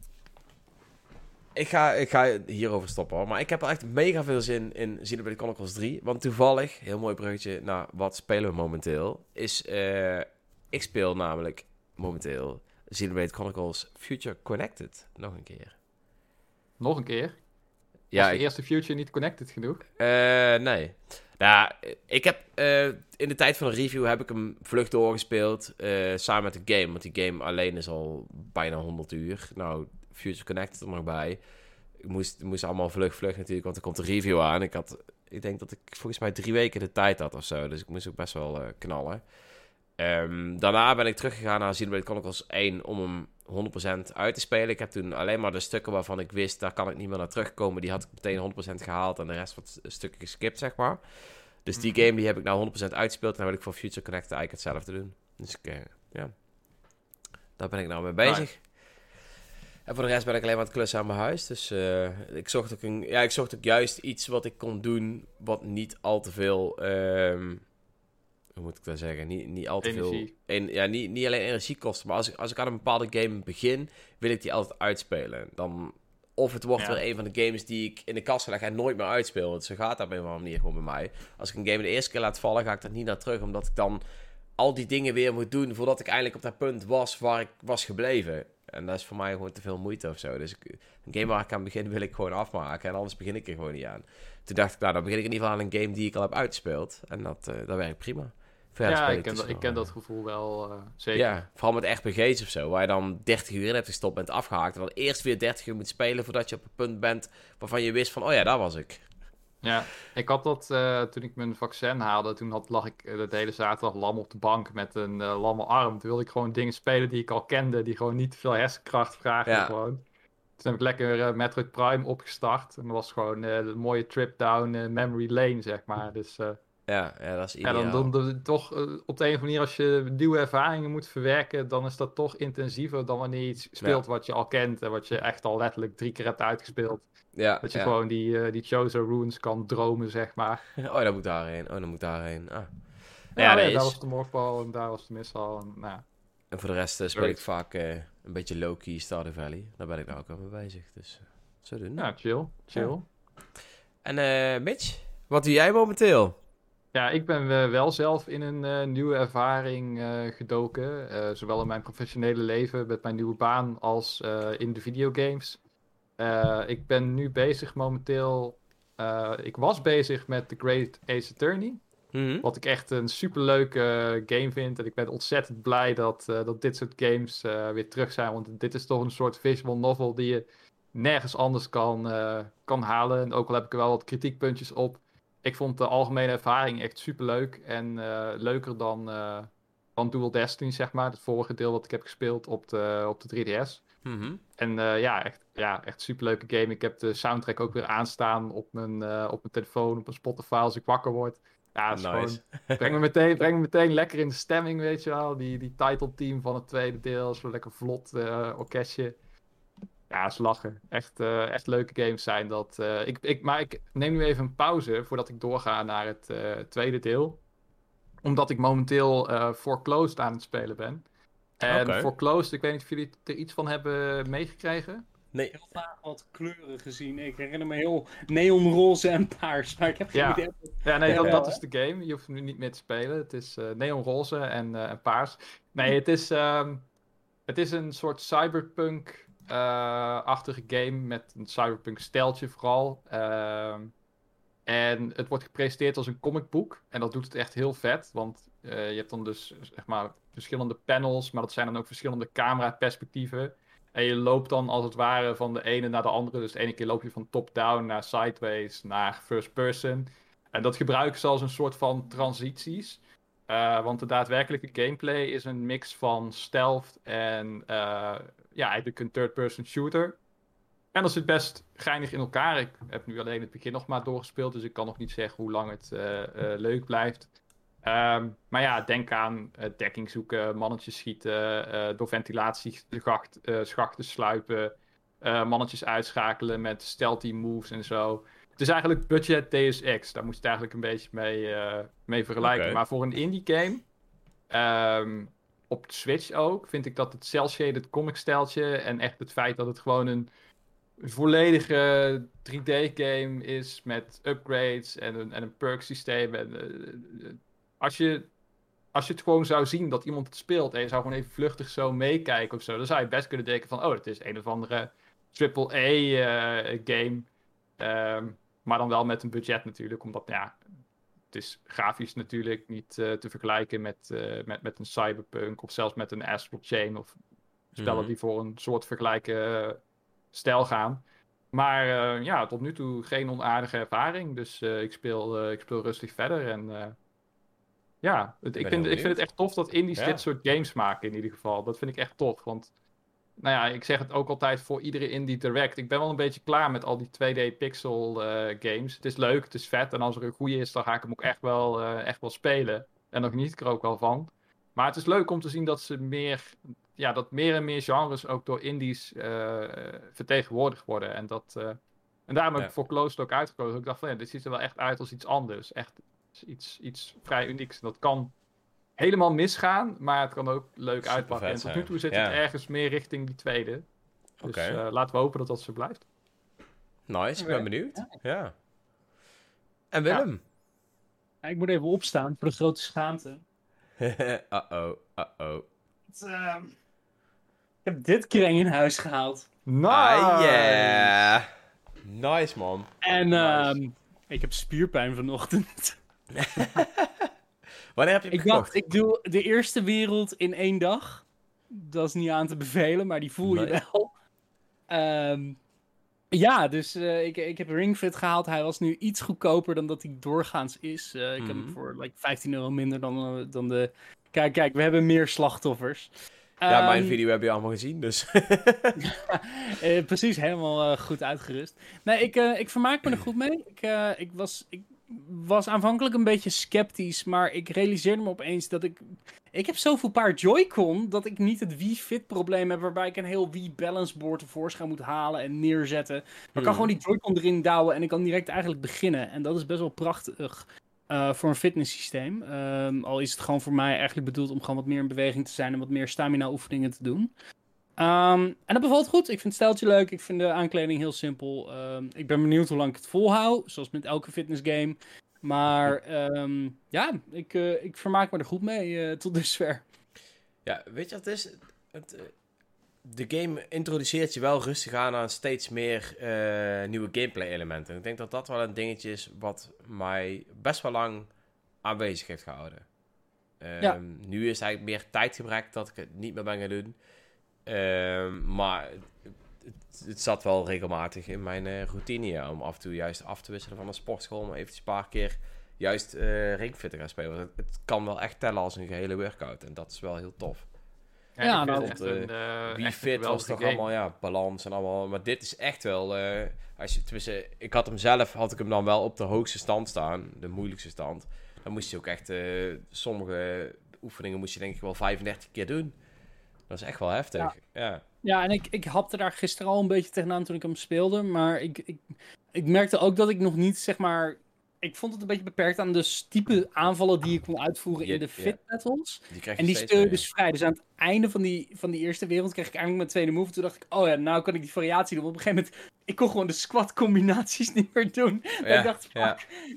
ik, ga, ik ga hierover stoppen hoor. Maar ik heb er echt mega veel zin in Xenoblade Chronicles drie. Want toevallig, heel mooi bruggetje naar wat spelen we momenteel. Is, uh, ik speel namelijk momenteel Xenoblade Chronicles Future Connected. Nog een keer. Nog een keer? Ja, Was de ik, eerste Future niet connected genoeg? uh, nee. Nou, ik heb uh, in de tijd van een review heb ik hem vlug doorgespeeld. Uh, samen met de game. Want die game alleen is al bijna honderd uur. Nou, Future Connected er nog bij. Ik moest, moest allemaal vlug, vlug natuurlijk. Want er komt een review aan. Ik had, ik denk dat ik volgens mij drie weken de tijd had of zo. Dus ik moest ook best wel uh, knallen. Um, daarna ben ik teruggegaan naar Xenoblade Chronicles één om hem honderd procent uit te spelen. Ik heb toen alleen maar de stukken waarvan ik wist, daar kan ik niet meer naar terugkomen. Die had ik meteen honderd procent gehaald en de rest wat stukken geskipt, zeg maar. Dus die game die heb ik nou honderd procent uitgespeeld. En dan wil ik voor Future Connected eigenlijk hetzelfde doen. Dus ik, uh, ja, daar ben ik nou mee bezig. Nice. En voor de rest ben ik alleen maar aan het klussen aan mijn huis. Dus uh, ik, zocht ook een, ja, ik zocht ook juist iets wat ik kon doen, wat niet al te veel... Um, hoe moet ik dat zeggen? Niet, niet al te energie. veel... En, ja, niet, niet alleen energie kosten, maar als ik, als ik aan een bepaalde game begin, wil ik die altijd uitspelen. Dan, of het wordt ja. weer een van de games die ik in de kast leg en nooit meer uitspeel. Want zo gaat dat op een of andere manier gewoon bij mij. Als ik een game de eerste keer laat vallen, ga ik er niet naar terug. Omdat ik dan al die dingen weer moet doen voordat ik eindelijk op dat punt was waar ik was gebleven. En dat is voor mij gewoon te veel moeite of zo. Dus ik, een game waar ik aan begin wil ik gewoon afmaken. En anders begin ik er gewoon niet aan. Toen dacht ik, nou dan begin ik in ieder geval aan een game die ik al heb uitgespeeld. En dat, uh, dat werkt prima. Ja, ik ken, dat, ik ken dat gevoel wel, uh, zeker. Ja, vooral met R P G's of zo, waar je dan dertig uur in hebt gestopt, bent afgehaakt. En dan eerst weer dertig uur moet spelen voordat je op een punt bent waarvan je wist van, oh ja, daar was ik. Ja, ik had dat uh, toen ik mijn vaccin haalde. Toen had, lag ik uh, de hele zaterdag lam op de bank met een uh, lamme arm. Toen wilde ik gewoon dingen spelen die ik al kende, die gewoon niet veel hersenkracht vragen. Ja. Gewoon. Toen heb ik lekker uh, Metroid Prime opgestart. En dat was gewoon uh, een mooie trip down uh, memory lane, zeg maar. Dus... Uh, Ja, ja, dat is ideaal. Ja, dan, dan, dan toch uh, op de een of andere manier, als je nieuwe ervaringen moet verwerken, dan is dat toch intensiever dan wanneer je iets speelt ja. wat je al kent en wat je echt al letterlijk drie keer hebt uitgespeeld. Ja, dat je ja. gewoon die, uh, die Chozo runes kan dromen, zeg maar. Oh, dan moet ik daarheen. Oh, dan moet ik daarheen. Ah. Ja, ja nee, is... daar was de morfbal en daar was de mishal. En, nou. en voor de rest uh, speel ik vaak uh, een beetje low-key Stardew Valley. Daar ben ik nou ook al mee bezig. Dus uh, zo doen. Ja, chill. Chill. Ja. En uh, Mitch, wat doe jij momenteel? Ja, ik ben uh, wel zelf in een uh, nieuwe ervaring uh, gedoken. Uh, zowel in mijn professionele leven met mijn nieuwe baan als uh, in de videogames. Uh, ik ben nu bezig momenteel... Uh, ik was bezig met The Great Ace Attorney. Mm-hmm. Wat ik echt een superleuke uh, game vind. En ik ben ontzettend blij dat, uh, dat dit soort games uh, weer terug zijn. Want dit is toch een soort visual novel die je nergens anders kan, uh, kan halen. En ook al heb ik er wel wat kritiekpuntjes op. Ik vond de algemene ervaring echt superleuk. En uh, leuker dan, uh, dan Dual Destiny, zeg maar. Het vorige deel wat ik heb gespeeld op de, op de drie D S. Mm-hmm. En uh, ja, echt, ja, echt superleuke game. Ik heb de soundtrack ook weer aanstaan op mijn, uh, op mijn telefoon, op mijn Spotify als ik wakker word. Ja, dat is nice. Gewoon, breng, me meteen, breng me meteen lekker in de stemming, weet je wel. Die, die title team van het tweede deel, zo lekker vlot uh, orkestje. Ja, is lachen. Echt, uh, echt leuke games zijn dat. Uh, ik, ik, maar ik neem nu even een pauze voordat ik doorga naar het uh, tweede deel. Omdat ik momenteel uh, Foreclosed aan het spelen ben. En okay. Foreclosed, ik weet niet of jullie er iets van hebben meegekregen. Nee. heel vaak wat kleuren gezien. Ik herinner me heel neonroze en paars, maar ik heb geen Ja. idee. Ja, nee, Ja, dat, wel, dat hè? is de game. Je hoeft hem nu niet meer te spelen. Het is uh, neonroze en, uh, en paars. Nee, het is, um, het is een soort cyberpunk-achtige uh, game met een cyberpunk-steltje vooral. Uh, en het wordt gepresenteerd als een comicboek. En dat doet het echt heel vet, want uh, je hebt dan dus zeg maar verschillende panels, maar dat zijn dan ook verschillende cameraperspectieven. En je loopt dan als het ware van de ene naar de andere. Dus de ene keer loop je van top-down naar sideways naar first person. En dat gebruiken ze als een soort van transities. Uh, want de daadwerkelijke gameplay is een mix van stealth en uh, ja, eigenlijk een third-person shooter. En dat zit best geinig in elkaar. Ik heb nu alleen het begin nog maar doorgespeeld, dus ik kan nog niet zeggen hoe lang het uh, uh, leuk blijft. Um, maar ja, denk aan uh, dekking zoeken, mannetjes schieten, uh, door ventilatieschachten uh, schachten sluipen, uh, mannetjes uitschakelen met stealthy moves en zo. Het is eigenlijk budget Deus Ex, daar moet je het eigenlijk een beetje mee, uh, mee vergelijken. Okay. Maar voor een indie game, um, op de Switch ook, vind ik dat het cel-shaded comic stijltje en echt het feit dat het gewoon een volledige drie D-game is met upgrades en een, en een perk systeem. En, uh, als, je, als je het gewoon zou zien dat iemand het speelt en je zou gewoon even vluchtig zo meekijken of zo, dan zou je best kunnen denken van, oh, het is een of andere triple A uh, game. Um, maar dan wel met een budget natuurlijk, omdat, ja, het is grafisch natuurlijk niet uh, te vergelijken met, uh, met, met een Cyberpunk of zelfs met een Astral Chain of spellen mm-hmm. die voor een soort vergelijken uh, stijl gaan. Maar uh, ja, tot nu toe geen onaardige ervaring. Dus uh, ik, speel, uh, ik speel rustig verder. En uh, ja, het, ik, vind, ik vind het echt tof dat indies ja. dit soort games maken in ieder geval. Dat vind ik echt tof. Want nou ja, ik zeg het ook altijd voor iedere indie direct. Ik ben wel een beetje klaar met al die twee D pixel uh, games. Het is leuk, het is vet. En als er een goede is, dan ga ik hem ook echt wel, uh, echt wel spelen. En nog niet, ik er ook wel van. Maar het is leuk om te zien dat ze meer... Ja, dat meer en meer genres ook door indies uh, vertegenwoordigd worden. En, dat, uh, en daarom heb ik ja. voor Closed ook uitgekozen. Ik dacht van ja, dit ziet er wel echt uit als iets anders. Echt iets, iets vrij unieks. En dat kan helemaal misgaan, maar het kan ook leuk super uitpakken. En tot nu toe zit ja. het ergens meer richting die tweede. Dus okay. uh, laten we hopen dat dat zo blijft. Nice, ik ben benieuwd. Ja. ja. En Willem? Ja. Ja, ik moet even opstaan voor de grote schaamte. uh-oh, uh-oh. Het, uh... Ik heb dit kreng in huis gehaald. Nice! Ah, yeah. Nice, man. En uh, nice. Ik heb spierpijn vanochtend. Wanneer heb je hem Ik gekocht? dacht, ik doe de eerste wereld in één dag. Dat is niet aan te bevelen, maar die voel nice. je wel. Um, ja, dus uh, ik, ik heb Ring Fit gehaald. Hij was nu iets goedkoper dan dat hij doorgaans is. Uh, ik mm-hmm. heb hem voor like, vijftien euro minder dan, uh, dan de... Kijk, kijk, we hebben meer slachtoffers. Ja, um, mijn video heb je allemaal gezien, dus... uh, precies, helemaal uh, goed uitgerust. Nee, ik, uh, ik vermaak me er goed mee. Ik, uh, ik, was, ik was aanvankelijk een beetje sceptisch, maar ik realiseerde me opeens dat ik... Ik heb zoveel paar Joy-Con dat ik niet het Wii Fit probleem heb, waarbij ik een heel Wii Balance Board tevoorschijn moet halen en neerzetten. Maar ik kan hmm. gewoon die Joy-Con erin douwen en ik kan direct eigenlijk beginnen. En dat is best wel prachtig. Uh, voor een fitnesssysteem. Um, al is het gewoon voor mij eigenlijk bedoeld om gewoon wat meer in beweging te zijn en wat meer stamina oefeningen te doen. Um, en dat bevalt goed. Ik vind het stijltje leuk. Ik vind de aankleding heel simpel. Um, ik ben benieuwd hoe lang ik het volhoud. Zoals met elke fitnessgame. Maar um, ja, ik, uh, ik vermaak me er goed mee uh, tot dusver. Ja, weet je wat het is? Het, uh, de game introduceert je wel rustig aan aan steeds meer uh, nieuwe gameplay elementen. Ik denk dat dat wel een dingetje is wat mij best wel lang aanwezig heeft gehouden. Um, ja. Nu is het eigenlijk meer tijdgebrek dat ik het niet meer ben gaan doen. Um, maar het, het zat wel regelmatig in mijn uh, routine ja, om af en toe juist af te wisselen van een sportschool. Om eventjes een paar keer juist uh, ringfit te gaan spelen. Want het, het kan wel echt tellen als een gehele workout. En dat is wel heel tof. Ja, ja nou, echt uh, een, uh, Wii Fit was toch game. allemaal, ja, balans en allemaal. Maar dit is echt wel, uh, als je, tenminste, ik had hem zelf, had ik hem dan wel op de hoogste stand staan, de moeilijkste stand. Dan moest je ook echt, uh, sommige oefeningen moest je denk ik wel vijfendertig keer doen. Dat is echt wel heftig, ja. Ja, ja en ik, ik hapte daar gisteren al een beetje tegenaan toen ik hem speelde, maar ik, ik, ik merkte ook dat ik nog niet, zeg maar, ik vond het een beetje beperkt aan de type aanvallen die je kon uitvoeren Ja, in de ja. fit battles. Die krijg je En die steeds speel je meer. dus vrij. Dus aan het einde van die, van die eerste wereld kreeg ik eigenlijk mijn tweede move. Toen dacht ik, oh ja, nou kan ik die variatie doen. Want op een gegeven moment, ik kon gewoon de squat combinaties niet meer doen. Ja, ik dacht, fuck. ja.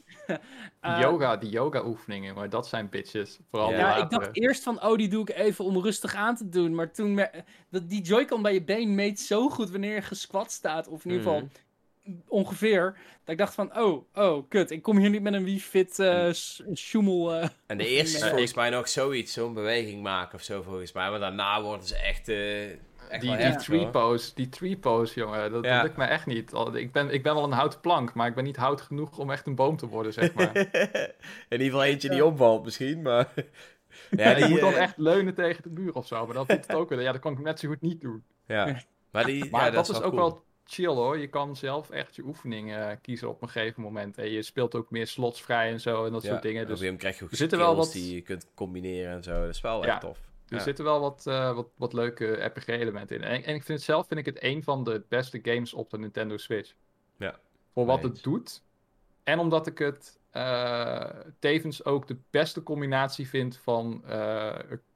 Die Uh, yoga, die yoga oefeningen, maar dat zijn bitches. Vooral Ja. de Ja, latere. ik dacht eerst van, oh, die doe ik even om rustig aan te doen. Maar toen, me- dat, die Joy-Con bij je been meet zo goed wanneer je gesquat staat. Of in ieder geval Mhm. ongeveer. Dat ik dacht van, oh, oh, kut. Ik kom hier niet met een Wii Fit uh, En- schoemel. Uh, En de eerste is Nee, volgens ik- mij nog zoiets, zo'n beweging maken of zo volgens mij. Maar daarna worden ze echt, uh, echt Die, wel die heftig, tree hoor. pose, die tree pose, jongen, dat, Ja. dat lukt me echt niet. Al- Ik ben, ik ben wel een houten plank, maar ik ben niet hout genoeg om echt een boom te worden, zeg maar. In ieder geval eentje die omvalt misschien, maar... Ja, ja, ik moet dan eh, echt leunen tegen de muur of zo, maar dat doet het ook weer. Ja, dat kan ik net zo goed niet doen. Ja, maar, die, Maar ja, dat, is wel ook cool. wel chill hoor. Je kan zelf echt je oefeningen eh, kiezen op een gegeven moment. En je speelt ook meer slots vrij en zo en dat Ja, soort dingen. op Dus een gegeven moment krijg je ook er zitten wel skills wat- die je kunt combineren en zo. Dat is wel Ja. echt tof. er Ja. zitten wel wat, eh, wat, wat leuke R P G-elementen in. En, en ik vind het zelf vind ik het een van de beste games op de Nintendo Switch. Ja, Voor wat eens. het doet. En omdat ik het eh, tevens ook de beste combinatie vind van, eh,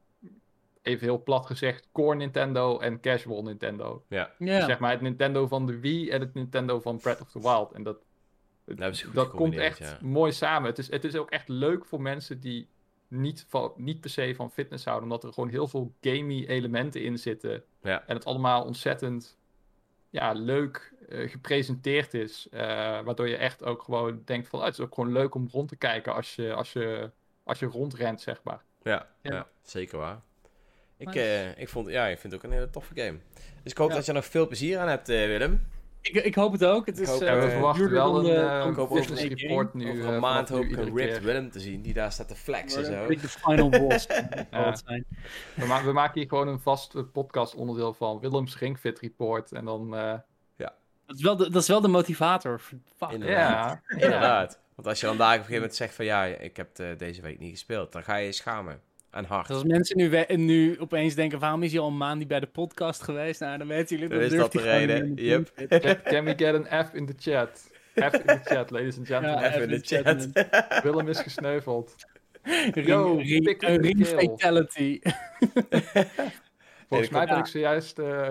even heel plat gezegd, core Nintendo en casual Nintendo. Ja, ja. Dus zeg maar het Nintendo van de Wii en het Nintendo van Breath of the Wild. En dat, dat hebben ze goed dat komt gecombineerd, echt ja. mooi samen. Het is, het is ook echt leuk voor mensen die niet, van, niet per se van fitness houden. Omdat er gewoon heel veel gamey elementen in zitten. Ja. En het allemaal ontzettend ja, leuk eh, gepresenteerd is. eh, waardoor je echt ook gewoon denkt van... Oh, het is ook gewoon leuk om rond te kijken als je, als je, als je rondrent, zeg maar. Ja, Ja. ja, zeker waar. Ik, Nice. eh, ik, vond, ja, ik vind het ook een hele toffe game. Dus ik hoop Ja. dat je er nog veel plezier aan hebt, eh, Willem. Ik, ik hoop het ook. Het Ik is, hoop- eh, en we het verwachten duurder wel dan een, de- eh, dan ik hoop de ook Disney een game. report nu. Over eh, een vanaf maand nu hoop ik iedere een ripped keer. Willem te zien, die daar staat te flexen Worden zo. een beetje de final boss. Ja. zijn. We, ma- we maken hier gewoon een vast eh, podcast onderdeel van. Willems Ringfit Report. En dan... eh, Dat is wel de, dat is wel de motivator. Fuck. Inderdaad. ja, Inderdaad. Want als je dan daar op een gegeven moment zegt van ja, ik heb het, eh, deze week niet gespeeld, dan ga je je schamen. En hard. Dus als mensen nu, we- nu opeens denken, waarom is hij al een maand niet bij de podcast geweest? Nou, dan weten jullie, Dan dan is durft dat hij de gewoon reden. niet meer Yep. te doen. Can, can we get an F in the chat? F in the chat, ladies and gentlemen. Ja, Even in de chat. Willem is gesneuveld. Ring, Yo, ring, pik een in de ring keel. fatality. Volgens mij Ja. ben ik zojuist eh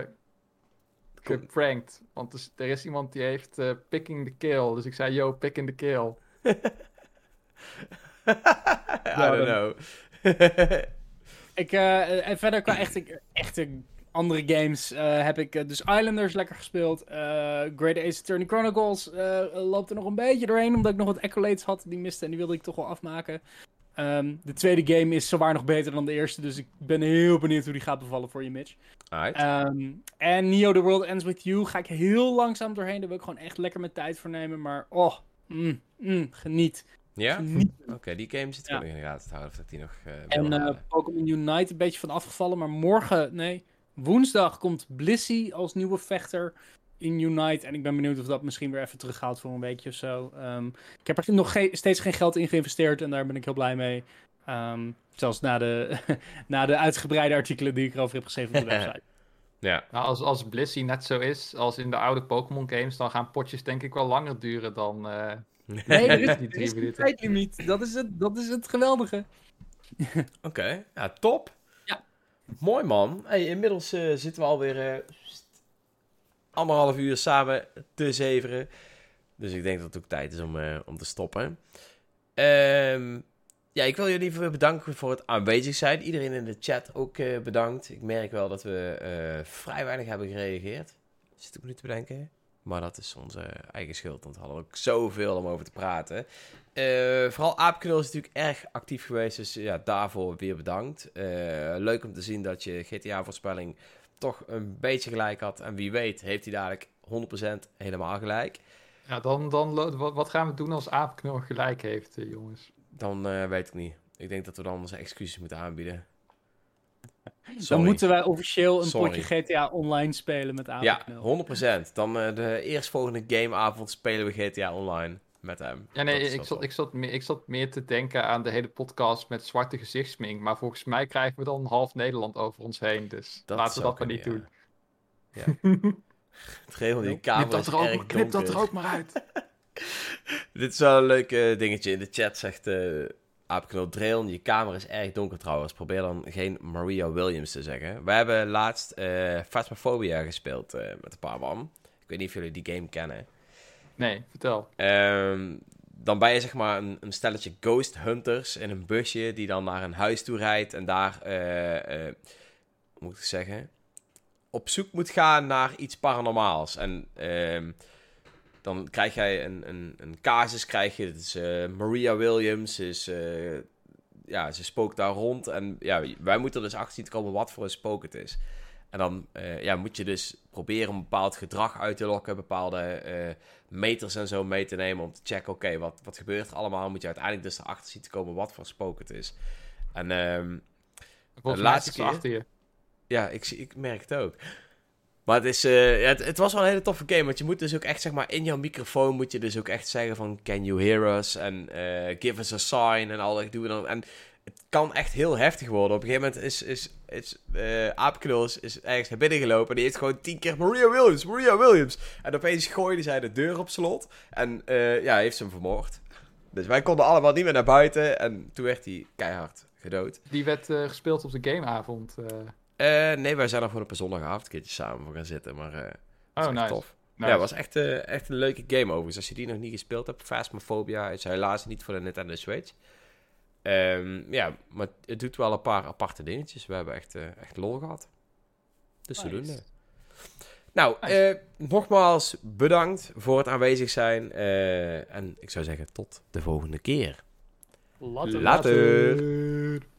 geprankt. Want er is, er is iemand die heeft eh, picking the kill. Dus ik zei, yo, pick in the kill. I don't know. Ik, eh, en verder qua echte, echte andere games eh, heb ik eh, dus Islanders lekker gespeeld. Eh, Great Ace Attorney Chronicles eh, loopt er nog een beetje doorheen, omdat ik nog wat accolades had die miste en die wilde ik toch wel afmaken. Ehm, de tweede game is zowaar nog beter dan de eerste, dus ik ben heel benieuwd hoe die gaat bevallen voor je, Mitch. Alright. Ehm, en Neo The World Ends With You ga ik heel langzaam doorheen, daar wil ik gewoon echt lekker mijn tijd voor nemen, maar oh, mm, mm, geniet. Ja? geniet. Oké, die game zit Ja. ook nog in de gaten te houden of dat die nog uh, En eh, Pokémon Unite een beetje van afgevallen, maar morgen, nee, woensdag komt Blissey als nieuwe vechter in Unite. En ik ben benieuwd of dat misschien weer even terughaalt voor een weekje of zo. Ehm, ik heb er nog ge- steeds geen geld in geïnvesteerd en daar ben ik heel blij mee. Ehm, zelfs na de, na de uitgebreide artikelen die ik erover heb geschreven op de website. Ja. Nou, als, als Blissey net zo is als in de oude Pokémon games, dan gaan potjes denk ik wel langer duren dan... eh, Nee, er is, Die er drie is geen minuten. tijdlimiet. Dat is het, dat is het geweldige. Oké, ja, top. Ja. Mooi man. Hey, inmiddels eh, zitten we alweer eh, anderhalf uur samen te zeveren. Dus ik denk dat het ook tijd is om, eh, om te stoppen. Ehm, ja, ik wil jullie even bedanken voor het aanwezig zijn. Iedereen in de chat ook eh, bedankt. Ik merk wel dat we eh, vrij weinig hebben gereageerd. Zit ik me nu te bedenken. Maar dat is onze eigen schuld, want we hadden ook zoveel om over te praten. Uh, vooral Aapknul is natuurlijk erg actief geweest, dus ja, daarvoor weer bedankt. Uh, leuk om te zien dat je G T A-voorspelling toch een beetje gelijk had. En wie weet heeft hij dadelijk honderd procent helemaal gelijk. Ja, dan, dan lo- wat, wat gaan we doen als Aapknul gelijk heeft, eh, jongens? Dan uh, weet ik niet. Ik denk dat we dan onze excuses moeten aanbieden. Sorry. Dan moeten wij officieel een Sorry. potje G T A online spelen met Ja, Aapknul. honderd procent. Dan uh, de eerstvolgende gameavond spelen we G T A online met hem. Ja, nee, Dat is ik wel zat, top. ik, zat meer, ik zat meer te denken aan de hele podcast met zwarte gezichtsmink. Maar volgens mij krijgen we dan half Nederland over ons heen. Dus Dat laten we zou dat maar niet kunnen, doen. ja. Het regel die kamer knip dat, is er ook, erg knip dat er donker. ook maar uit. Dit is wel een leuk uh, dingetje. In de chat zegt uh, Aapknul Drail, je kamer is erg donker trouwens. Probeer dan geen Maria Williams te zeggen. We hebben laatst uh, Phasmophobia gespeeld uh, met een paar man. Ik weet niet of jullie die game kennen. Nee, vertel. Um, dan ben je zeg maar een, een stelletje ghost hunters in een busje die dan naar een huis toe rijdt en daar, uh, uh, hoe moet ik zeggen, op zoek moet gaan naar iets paranormaals. En um, dan krijg jij een, een, een casus, krijg je, dat is uh, Maria Williams, is, uh, ja, ze spookt daar rond en ja, wij moeten er dus achter zien te komen wat voor een spook het is. En dan uh, ja, moet je dus proberen een bepaald gedrag uit te lokken, bepaalde uh, meters en zo mee te nemen om te checken, oké, okay, wat, wat gebeurt er allemaal? Moet je uiteindelijk dus erachter zien te komen wat voor spook het is. En um, Volgens de laatste mij is het keer... achter je. Ja, ik, ik merk het ook. Maar het, is, uh, ja, het, het was wel een hele toffe game, want je moet dus ook echt, zeg maar, in jouw microfoon moet je dus ook echt zeggen van, can you hear us? En uh, give us a sign en al dat doen we dan. En het kan echt heel heftig worden. Op een gegeven moment is, is, is uh, Aapknul is, is ergens naar binnen gelopen en die heeft gewoon tien keer Maria Williams, Maria Williams. En opeens gooide zij de deur op slot en uh, ja, heeft ze hem vermoord. Dus wij konden allemaal niet meer naar buiten en toen werd hij keihard gedood. Die werd uh, gespeeld op de gameavond. Uh... Uh, nee, wij zijn er gewoon op een zondagavond een keertje samen voor gaan zitten, maar uh, dat was oh, echt nice. tof. Nice. Ja, het was echt, uh, echt een leuke game overigens. Als je die nog niet gespeeld hebt, Phasmophobia is helaas niet voor de Nintendo Switch. Um, ja, maar het doet wel een paar aparte dingetjes. We hebben echt, uh, echt lol gehad. Dus nice. zodoende. Nou, nice. uh, nogmaals bedankt voor het aanwezig zijn. Uh, en ik zou zeggen tot de volgende keer. Later. Later. Later.